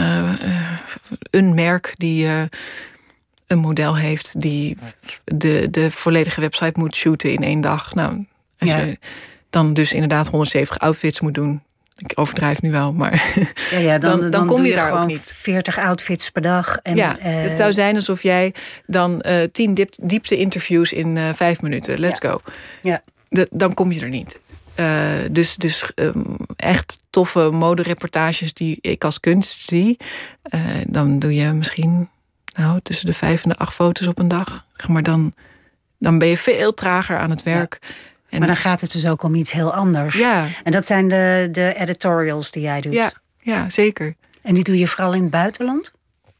een merk die een model heeft die de volledige website moet shooten in 1 dag. Nou, als je dan dus inderdaad 170 outfits moet doen. Ik overdrijf nu wel, maar dan kom je daar ook niet. 40 outfits per dag. En, het zou zijn alsof jij dan 10 diepte-interviews in 5 minuten. Let's go. Ja. Dan kom je er niet. Dus echt toffe modereportages die ik als kunst zie. Dan doe je misschien tussen de 5 en de 8 foto's op een dag. Maar dan ben je veel trager aan het werk. Ja. Maar dan gaat het dus ook om iets heel anders. Ja. En dat zijn de editorials die jij doet. Ja, zeker. En die doe je vooral in het buitenland?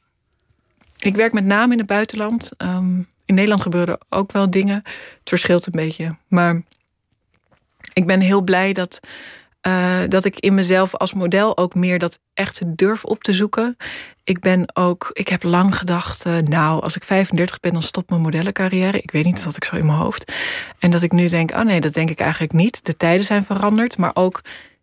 Ik werk met name in het buitenland. In Nederland gebeuren ook wel dingen. Het verschilt een beetje. Maar ik ben heel blij dat ik in mezelf als model ook meer dat echt durf op te zoeken. Ik heb lang gedacht, als ik 35 ben, dan stopt mijn modellencarrière. Ik weet niet, dat had ik zo in mijn hoofd. En dat ik nu denk, nee, dat denk ik eigenlijk niet. De tijden zijn veranderd, maar ook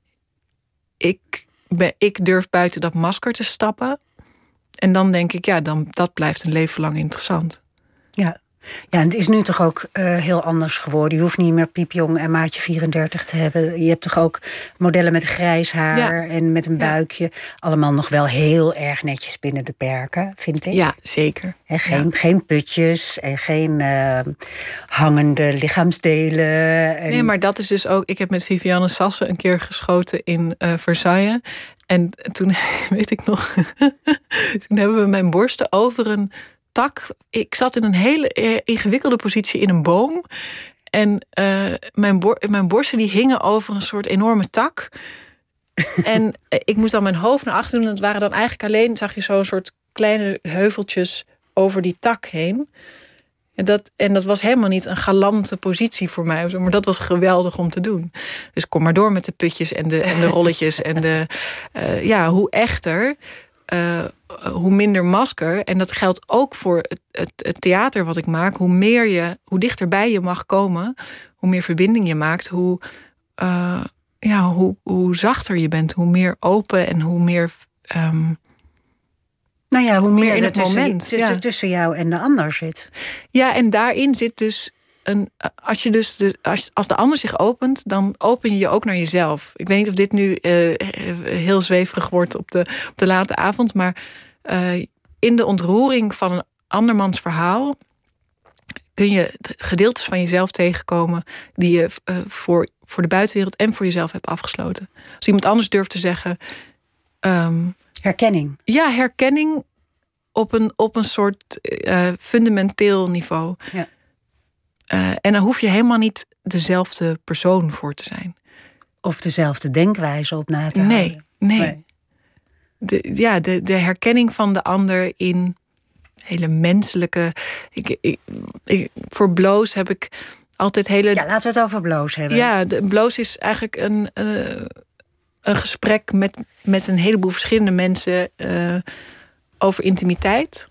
ik durf buiten dat masker te stappen. En dan denk ik, dat blijft een leven lang interessant. Ja. Ja, en het is nu toch ook heel anders geworden. Je hoeft niet meer piepjong en maatje 34 te hebben. Je hebt toch ook modellen met grijs haar en met een buikje. Allemaal nog wel heel erg netjes binnen de perken, vind ik. Ja, zeker. Geen putjes en geen hangende lichaamsdelen. Nee, maar dat is dus ook. Ik heb met Viviane Sassen een keer geschoten in Versailles. En toen, weet ik nog, toen hebben we mijn borsten over een tak. Ik zat in een hele ingewikkelde positie in een boom. En mijn borsten die hingen over een soort enorme tak. En ik moest dan mijn hoofd naar achter doen. En het waren dan eigenlijk alleen, zag je zo'n soort kleine heuveltjes over die tak heen. En dat was helemaal niet een galante positie voor mij. Maar dat was geweldig om te doen. Dus kom maar door met de putjes en de rolletjes. En hoe echter, hoe minder masker. En dat geldt ook voor het theater wat ik maak. Hoe dichterbij je mag komen, hoe meer verbinding je maakt, hoe zachter je bent, hoe meer open en hoe meer hoe meer in het moment tussen jou en de ander zit. Ja, en daarin zit dus als de ander zich opent, dan open je je ook naar jezelf. Ik weet niet of dit nu heel zweverig wordt op de late avond, maar in de ontroering van een andermans verhaal kun je gedeeltes van jezelf tegenkomen die je voor de buitenwereld en voor jezelf hebt afgesloten. Als iemand anders durft te zeggen, herkenning. Ja, herkenning op een soort fundamenteel niveau. Ja. En dan hoef je helemaal niet dezelfde persoon voor te zijn. Of dezelfde denkwijze op na te houden. Nee. De herkenning van de ander in hele menselijke. Voor Bloos heb ik altijd hele. Ja, laten we het over Bloos hebben. Ja, Bloos is eigenlijk een gesprek met een heleboel verschillende mensen over intimiteit.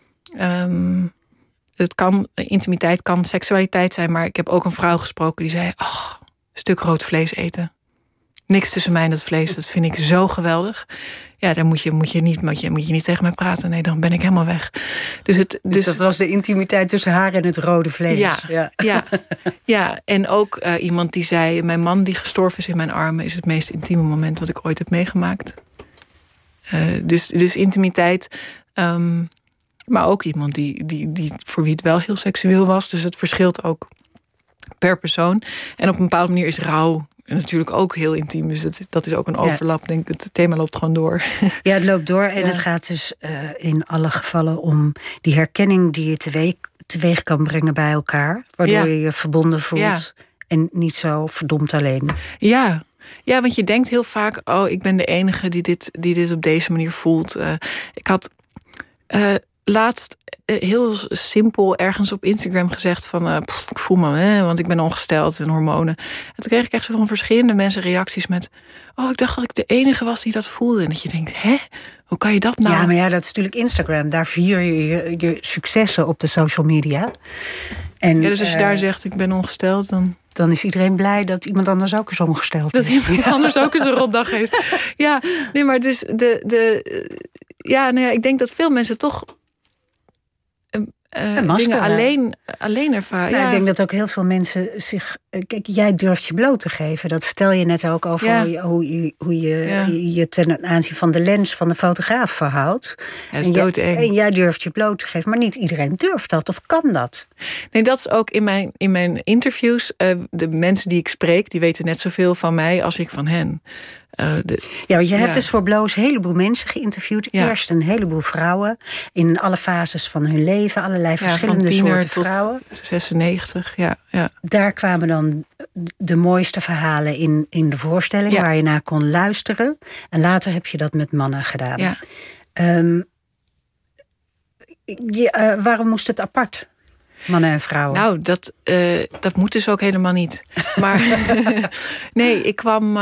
Intimiteit kan seksualiteit zijn, maar ik heb ook een vrouw gesproken die zei: een stuk rood vlees eten. Niks tussen mij en dat vlees, dat vind ik zo geweldig. Ja, daar moet je niet tegen mij praten. Nee, dan ben ik helemaal weg. Dus dat was de intimiteit tussen haar en het rode vlees. Ja. En ook iemand die zei... mijn man die gestorven is in mijn armen... is het meest intieme moment wat ik ooit heb meegemaakt. Dus intimiteit... maar ook iemand die voor wie het wel heel seksueel was. Dus het verschilt ook per persoon. En op een bepaalde manier is rouw natuurlijk ook heel intiem. Dus dat is ook een overlap. Denk, het thema loopt gewoon door. Ja, het loopt door. En het gaat dus in alle gevallen om die herkenning die je teweeg kan brengen bij elkaar. Waardoor je je verbonden voelt en niet zo verdomd alleen. Ja, want je denkt heel vaak... ik ben de enige die dit op deze manier voelt. Ik had laatst heel simpel ergens op Instagram gezegd van... ik voel me, want ik ben ongesteld en hormonen. En toen kreeg ik echt zo van verschillende mensen reacties met... ik dacht dat ik de enige was die dat voelde. En dat je denkt, hoe kan je dat nou? Ja, maar dat is natuurlijk Instagram. Daar vier je successen op de social media. En, dus als je daar zegt, ik ben ongesteld, dan is iedereen blij dat iemand anders ook eens ongesteld is. Dat iemand anders ook eens een rotdag heeft. Ja, nee, maar dus ik denk dat veel mensen toch... dingen alleen ervaren. Nou, ik denk dat ook heel veel mensen zich... Kijk, jij durft je bloot te geven. Dat vertel je net ook over hoe je ten aanzien van de lens van de fotograaf verhoudt. Ja, is doodeng. En jij durft je bloot te geven. Maar niet iedereen durft dat of kan dat. Nee, dat is ook in mijn interviews. De mensen die ik spreek, die weten net zoveel van mij als ik van hen. Want je hebt dus voor Bloos een heleboel mensen geïnterviewd. Ja. Eerst een heleboel vrouwen in alle fases van hun leven. Allerlei verschillende soorten vrouwen. 96, ja. Daar kwamen dan de mooiste verhalen in de voorstelling... waar je naar kon luisteren. En later heb je dat met mannen gedaan. Ja. Waarom moest het apart? Mannen en vrouwen. Nou, dat moet dus ook helemaal niet. Maar nee, ik kwam...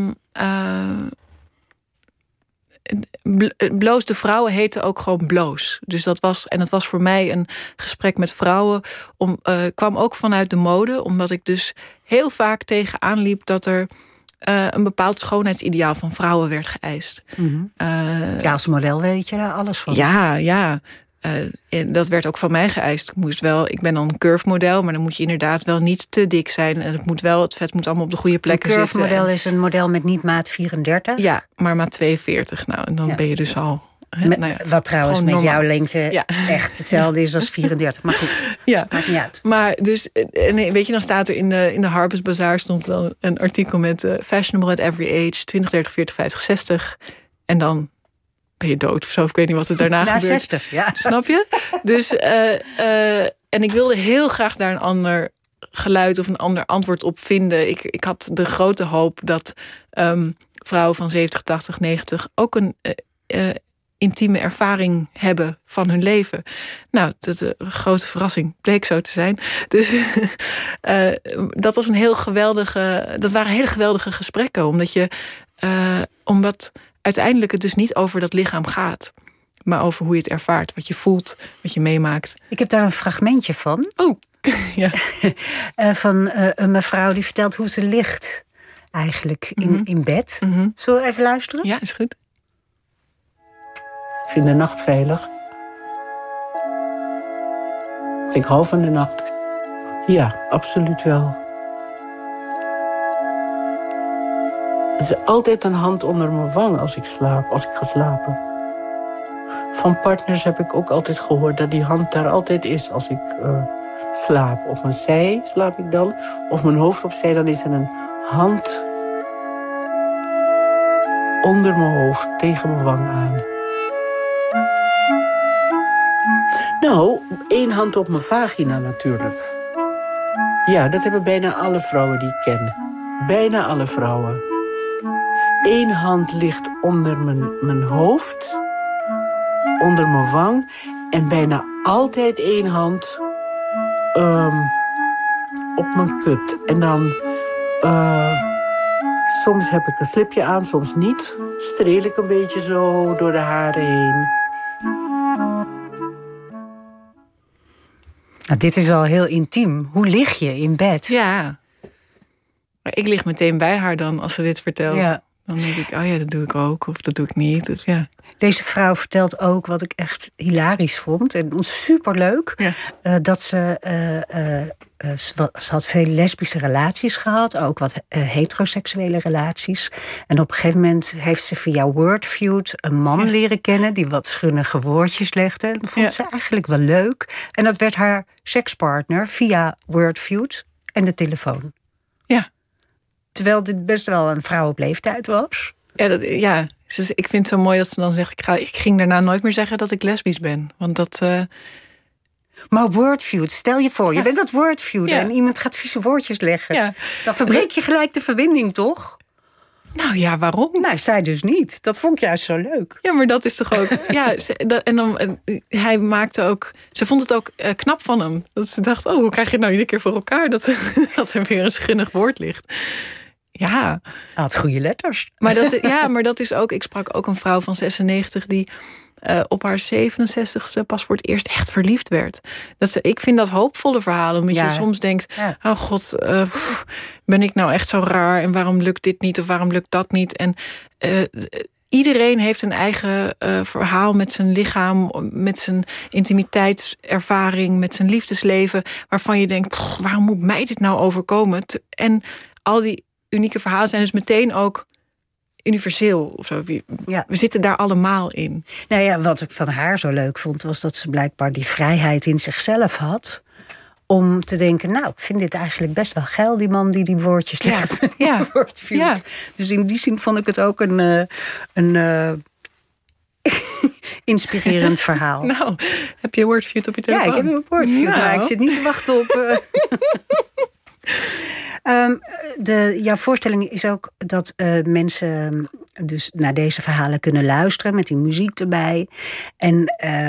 Bloos de Vrouwen heette ook gewoon Bloos. Dus dat was voor mij een gesprek met vrouwen. Kwam ook vanuit de mode, omdat ik dus heel vaak tegenaan liep dat er een bepaald schoonheidsideaal van vrouwen werd geëist. Mm-hmm. Als model weet je daar alles van. Ja. Dat werd ook van mij geëist. Ik ben dan een curve model, maar dan moet je inderdaad wel niet te dik zijn. En het vet moet allemaal op de goede plekken zitten. Een curve model is een model met niet maat 34. Ja, maar maat 42. Nou, en dan ben je dus al... Wat trouwens met jouw lengte echt hetzelfde is als 34. Maar goed, maakt niet uit. Maar dus, weet je, dan staat er in de Harper's Bazaar... stond dan een artikel met fashionable at every age... 20, 30, 40, 50, 60. En dan... ben je dood of zo, ik weet niet wat er daarna gebeurt. 60, ja. Snap je? Dus, en ik wilde heel graag daar een ander geluid of een ander antwoord op vinden. Ik had de grote hoop dat vrouwen van 70, 80, 90... ook een intieme ervaring hebben van hun leven. Nou, de grote verrassing bleek zo te zijn. Dus dat waren hele geweldige gesprekken. Omdat uiteindelijk het dus niet over dat lichaam gaat. Maar over hoe je het ervaart, wat je voelt, wat je meemaakt. Ik heb daar een fragmentje van. Oh, ja. Van een mevrouw die vertelt hoe ze ligt eigenlijk in bed. Mm-hmm. Zullen we even luisteren? Ja, is goed. Ik vind de nacht veilig. Ik hou van de nacht. Ja, absoluut wel. Er is altijd een hand onder mijn wang als ik ga slapen. Van partners heb ik ook altijd gehoord dat die hand daar altijd is als ik slaap. Op mijn zij slaap ik dan, of mijn hoofd opzij, dan is er een hand onder mijn hoofd tegen mijn wang aan. Nou, 1 hand op mijn vagina natuurlijk. Ja, dat hebben bijna alle vrouwen die ik ken. Bijna alle vrouwen. 1 hand ligt onder mijn hoofd, onder mijn wang. En bijna altijd 1 hand op mijn kut. En dan, soms heb ik een slipje aan, soms niet. Streel ik een beetje zo door de haren heen. Nou, dit is al heel intiem. Hoe lig je in bed? Ja. Maar ik lig meteen bij haar dan als ze dit vertelt. Ja. Dan denk ik, oh ja, dat doe ik ook. Of dat doe ik niet. Dus ja. Deze vrouw vertelt ook wat ik echt hilarisch vond. En superleuk. Ja. Dat ze had veel lesbische relaties gehad. Ook wat heteroseksuele relaties. En op een gegeven moment heeft ze via Wordfeud een man leren kennen. Die wat schunnige woordjes legde. Dat vond ze eigenlijk wel leuk. En dat werd haar sekspartner via Wordfeud en de telefoon. Ja. Terwijl dit best wel een vrouw op leeftijd was. Ja, dus ik vind het zo mooi dat ze dan zegt... Ik ging daarna nooit meer zeggen dat ik lesbisch ben. Want dat... Maar Wordfeud, stel je voor, je bent dat Wordfeud en iemand gaat vieze woordjes leggen. Ja. Dan verbreek je gelijk de verbinding, toch? Nou ja, waarom? Nou, zij dus niet. Dat vond ik juist zo leuk. Ja, maar dat is toch ook... en dan, hij maakte ook... Ze vond het ook knap van hem. Dat ze dacht, hoe krijg je het nou iedere keer voor elkaar... dat er weer een schunnig woord ligt. Ja. Hij had goede letters. Maar dat is ook... Ik sprak ook een vrouw van 96 die... op haar 67ste pas voor het eerst echt verliefd werd. Ik vind dat hoopvolle verhalen. Omdat je soms denkt... Oh god, ben ik nou echt zo raar? En waarom lukt dit niet? Of waarom lukt dat niet? En iedereen heeft een eigen verhaal met zijn lichaam... met zijn intimiteitservaring, met zijn liefdesleven... waarvan je denkt, waarom moet mij dit nou overkomen? En al die unieke verhalen zijn dus meteen ook... universeel of zo. We zitten daar allemaal in. Nou ja, wat ik van haar zo leuk vond... was dat ze blijkbaar die vrijheid in zichzelf had... om te denken, nou, ik vind dit eigenlijk best wel geil... die man die woordjes legt. Ja. Dus in die zin vond ik het ook een inspirerend verhaal. Nou, heb je Wordfeud op je telefoon? Ja, ik heb een Wordfeud, maar ik zit niet te wachten op... jouw voorstelling is ook dat mensen dus naar deze verhalen kunnen luisteren... met die muziek erbij. En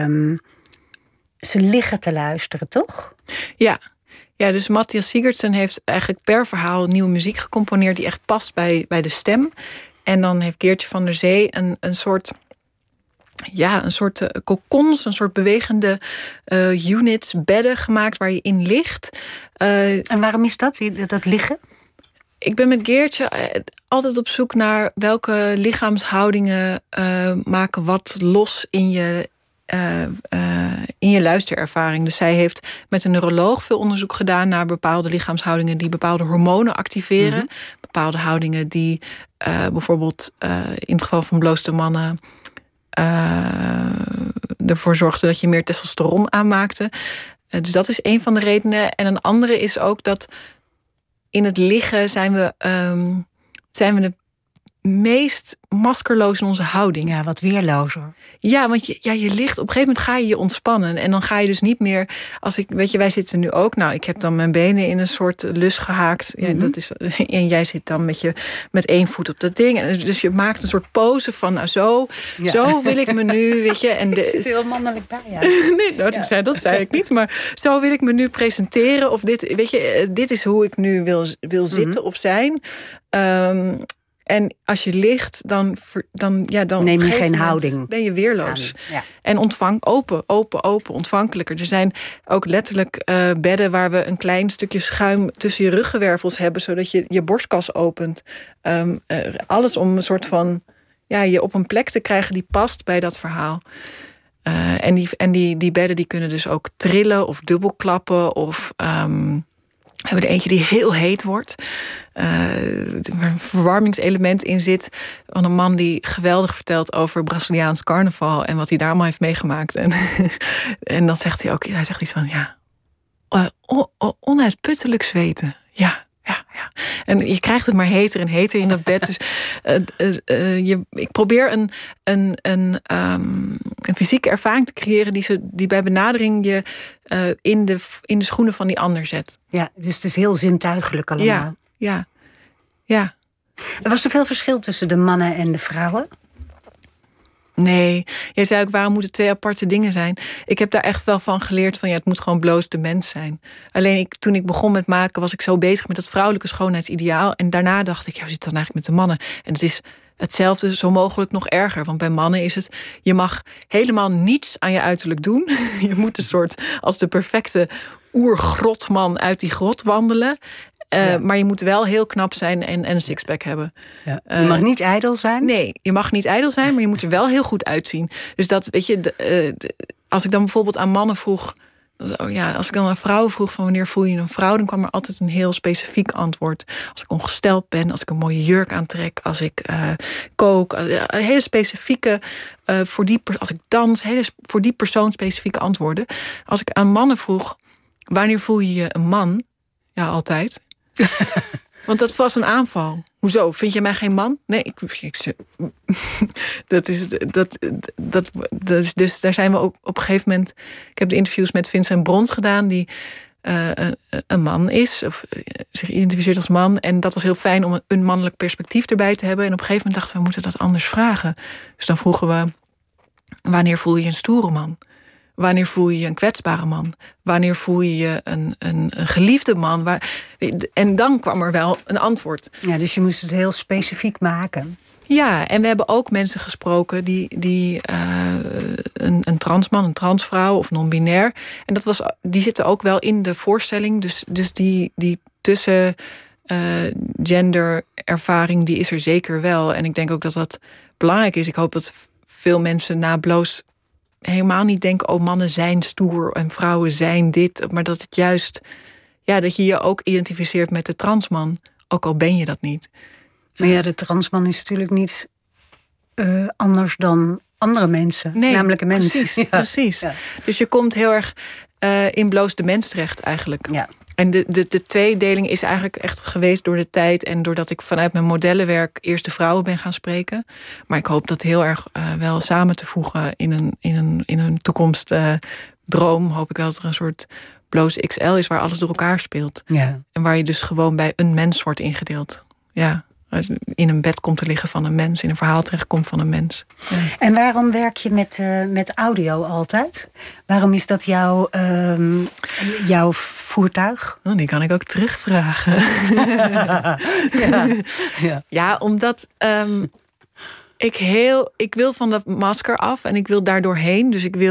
ze liggen te luisteren, toch? Ja, dus Matthias Sigurdsson heeft eigenlijk per verhaal nieuwe muziek gecomponeerd... die echt past bij de stem. En dan heeft Geertje van der Zee een soort... een soort kokons, een soort bewegende units, bedden gemaakt waar je in ligt. En waarom is dat liggen? Ik ben met Geertje altijd op zoek naar welke lichaamshoudingen maken wat los in je luisterervaring. Dus zij heeft met een neuroloog veel onderzoek gedaan naar bepaalde lichaamshoudingen die bepaalde hormonen activeren. Mm-hmm. Bepaalde houdingen die bijvoorbeeld in het geval van blootste mannen ervoor zorgde dat je meer testosteron aanmaakte. Dus dat is een van de redenen. En een andere is ook dat in het liggen zijn we de meest maskerloos in onze houding. Ja, wat weerlozer. Ja, want je ligt, op een gegeven moment ga je ontspannen. En dan ga je dus niet meer, wij zitten nu ook. Nou, ik heb dan mijn benen in een soort lus gehaakt. Ja, en jij zit dan met één voet op dat ding. En dus je maakt een soort pose van, nou zo wil ik me nu, weet je. En ik zit heel mannelijk bij, ja. Nee, dat zei ik niet. Maar zo wil ik me nu presenteren. Of dit is hoe ik nu wil zitten of zijn. En als je ligt, dan neem je geen houding. Ben je weerloos. Ja. En open, ontvankelijker. Er zijn ook letterlijk bedden waar we een klein stukje schuim tussen je ruggenwervels hebben, zodat je je borstkas opent. Alles om een soort van je op een plek te krijgen die past bij dat verhaal. En die bedden die kunnen dus ook trillen of dubbelklappen of we hebben er eentje die heel heet wordt. Waar een verwarmingselement in zit. Van een man die geweldig vertelt over Braziliaans carnaval. En wat hij daar allemaal heeft meegemaakt. En dan zegt hij ook, hij zegt iets van, onuitputtelijk zweten. Ja. En je krijgt het maar heter en heter in dat bed. Dus ik probeer een fysieke ervaring te creëren die bij benadering je in de schoenen van die ander zet. Ja, dus het is heel zintuigelijk allemaal. Ja. Was er veel verschil tussen de mannen en de vrouwen? Nee, jij zei ook, waarom moeten twee aparte dingen zijn? Ik heb daar echt wel van geleerd van, het moet gewoon bloos de mens zijn. Alleen toen ik begon met maken, was ik zo bezig met dat vrouwelijke schoonheidsideaal. En daarna dacht ik, hoe zit het dan eigenlijk met de mannen? En het is hetzelfde, zo mogelijk nog erger. Want bij mannen is het, je mag helemaal niets aan je uiterlijk doen. Je moet een soort, als de perfecte oergrotman uit die grot wandelen. Maar je moet wel heel knap zijn en een sixpack hebben. Ja. Je mag niet ijdel zijn? Nee, je mag niet ijdel zijn, maar je moet er wel heel goed uitzien. Dus dat, weet je, als ik dan bijvoorbeeld aan mannen vroeg... als ik dan aan vrouwen vroeg van wanneer voel je een vrouw... dan kwam er altijd een heel specifiek antwoord. Als ik ongesteld ben, als ik een mooie jurk aantrek... als ik kook, hele specifieke... als ik dans, voor die persoon specifieke antwoorden. Als ik aan mannen vroeg... wanneer voel je je een man? Ja, altijd. Want dat was een aanval. Hoezo? Vind je mij geen man? Nee, dus daar zijn we ook op een gegeven moment... Ik heb de interviews met Vincent Brons gedaan... die een man is, of zich identificeert als man. En dat was heel fijn om een mannelijk perspectief erbij te hebben. En op een gegeven moment dachten we moeten dat anders vragen. Dus dan vroegen we... wanneer voel je je een stoere man? Wanneer voel je je een kwetsbare man? Wanneer voel je je een geliefde man? En dan kwam er wel een antwoord. Ja, dus je moest het heel specifiek maken. Ja, en we hebben ook mensen gesproken die een transman, een transvrouw of non-binair. En die zitten ook wel in de voorstelling. Dus die tussen genderervaring, die is er zeker wel. En ik denk ook dat dat belangrijk is. Ik hoop dat veel mensen na Bloos helemaal niet denken... oh, mannen zijn stoer en vrouwen zijn dit. Maar dat het juist... ja, dat je je ook identificeert met de transman. Ook al ben je dat niet. Maar ja, de transman is natuurlijk niet anders dan andere mensen. Nee, namelijk een mens. Precies, ja. precies. Ja. Dus je komt heel erg in Bloos de mens terecht eigenlijk. Ja. En de tweedeling is eigenlijk echt geweest door de tijd... en doordat ik vanuit mijn modellenwerk eerst de vrouwen ben gaan spreken. Maar ik hoop dat heel erg wel samen te voegen in een toekomstdroom. Hoop ik wel dat er een soort Bloos XL is waar alles door elkaar speelt. Ja. En waar je dus gewoon bij een mens wordt ingedeeld. Ja. In een bed komt te liggen van een mens, in een verhaal terechtkomt van een mens. Ja. En waarom werk je met audio altijd? Waarom is dat jouw voertuig? Oh, die kan ik ook terugvragen. Ja, omdat ik wil van dat masker af en ik wil daardoor heen. Dus ik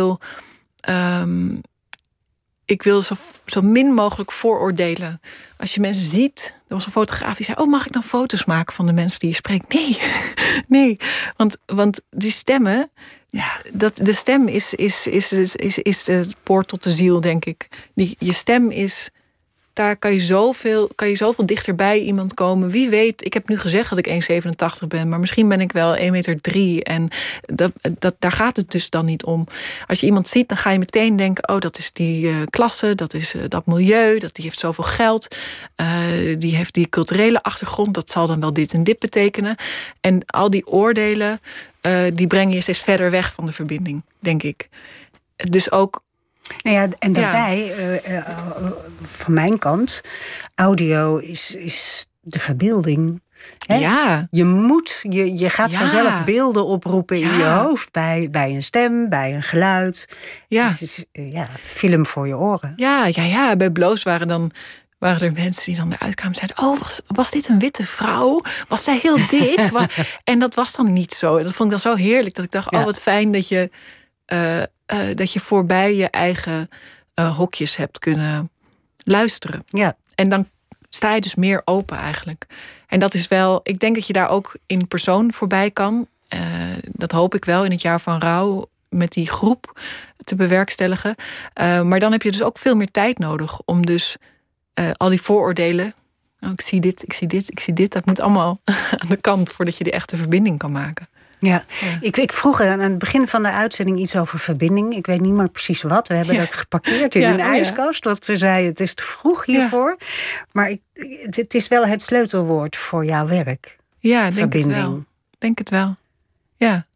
wil zo min mogelijk vooroordelen. Als je mensen ziet... Er was een fotograaf die zei... oh, mag ik dan foto's maken van de mensen die je spreekt? Nee. Want die stemmen... Ja, de stem is de poort tot de ziel, denk ik. Je stem is... Daar kan je zoveel dichterbij iemand komen. Wie weet, ik heb nu gezegd dat ik 1,87 ben... maar misschien ben ik wel 1,3 meter. En daar gaat het dus dan niet om. Als je iemand ziet, dan ga je meteen denken... oh, dat is die klasse, dat is dat milieu... die heeft zoveel geld, die heeft die culturele achtergrond... dat zal dan wel dit en dit betekenen. En al die oordelen, die brengen je steeds verder weg van de verbinding, denk ik. Dus ook... Nou ja, en daarbij, van mijn kant, audio is de verbeelding. Hè? Ja. Je gaat vanzelf beelden oproepen in je hoofd. Bij een stem, bij een geluid. Ja. Het is film voor je oren. Ja. Bij Bloos waren er mensen die dan eruit kwamen en zeiden... oh, was dit een witte vrouw? Was zij heel dik? En dat was dan niet zo. En dat vond ik dan zo heerlijk. Dat ik dacht, oh, wat fijn dat je voorbij je eigen hokjes hebt kunnen luisteren. Ja. En dan sta je dus meer open eigenlijk. En dat is wel... Ik denk dat je daar ook in persoon voorbij kan. Dat hoop ik wel in het jaar van rouw... met die groep te bewerkstelligen. Maar dan heb je dus ook veel meer tijd nodig... om dus al die vooroordelen... Oh, ik zie dit. Dat moet allemaal aan de kant... voordat je die echte verbinding kan maken. Ja. Ik vroeg aan het begin van de uitzending iets over verbinding. Ik weet niet meer precies wat. We hebben dat geparkeerd in een ijskast. Want ze zei, het is te vroeg hiervoor. Ja. Maar het is wel het sleutelwoord voor jouw werk. Ja, denk het wel. Ja.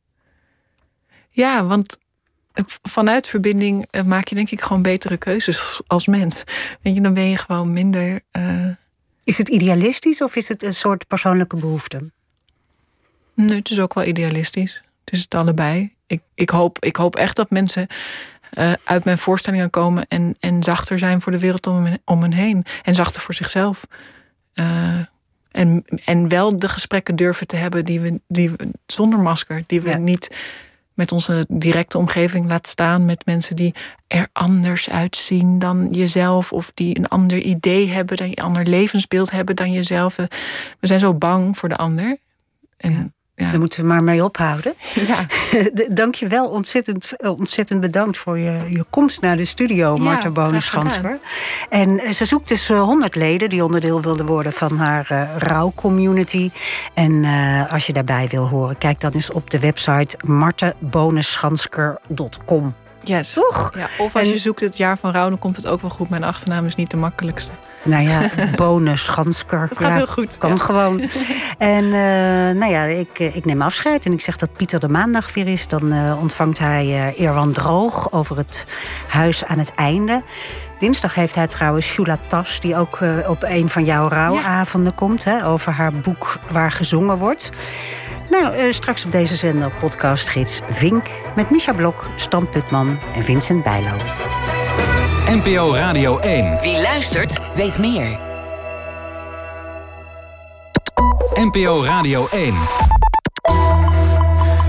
Ja, want vanuit verbinding maak je denk ik gewoon betere keuzes als mens. Weet je, dan ben je gewoon minder... Is het idealistisch of is het een soort persoonlijke behoefte? Nee, het is ook wel idealistisch. Het is het allebei. Ik hoop echt dat mensen uit mijn voorstellingen komen... en zachter zijn voor de wereld om hen heen. En zachter voor zichzelf. En wel de gesprekken durven te hebben die we zonder masker. Die we niet met onze directe omgeving, laat staan met mensen die er anders uitzien dan jezelf, of die een ander idee hebben, een ander levensbeeld hebben dan jezelf. We zijn zo bang voor de ander. En daar moeten we maar mee ophouden. Ja. Dank je wel. Ontzettend bedankt voor je komst naar de studio, Marta Bonus-Schansker. En ze zoekt dus 100 leden die onderdeel wilden worden van haar rouwcommunity. En als je daarbij wil horen, kijk dan eens op de website martabonusschansker.com. Yes. Toch? Ja, of als je zoekt het jaar van rouw, dan komt het ook wel goed. Mijn achternaam is niet de makkelijkste. Nou ja, Bonus-Schansker. Dat gaat heel goed. Kan gewoon. En ik neem afscheid en ik zeg dat Pieter de maandag weer is. Dan ontvangt hij Erwan Droog over het huis aan het einde. Dinsdag heeft hij trouwens Shula Tas, die ook op een van jouw rouwavonden komt. Hè, over haar boek Waar gezongen wordt. Nou, straks op deze zender podcastgids Vink met Misha Blok, Stan Putman en Vincent Bijlo. NPO Radio 1. Wie luistert, weet meer. NPO Radio 1.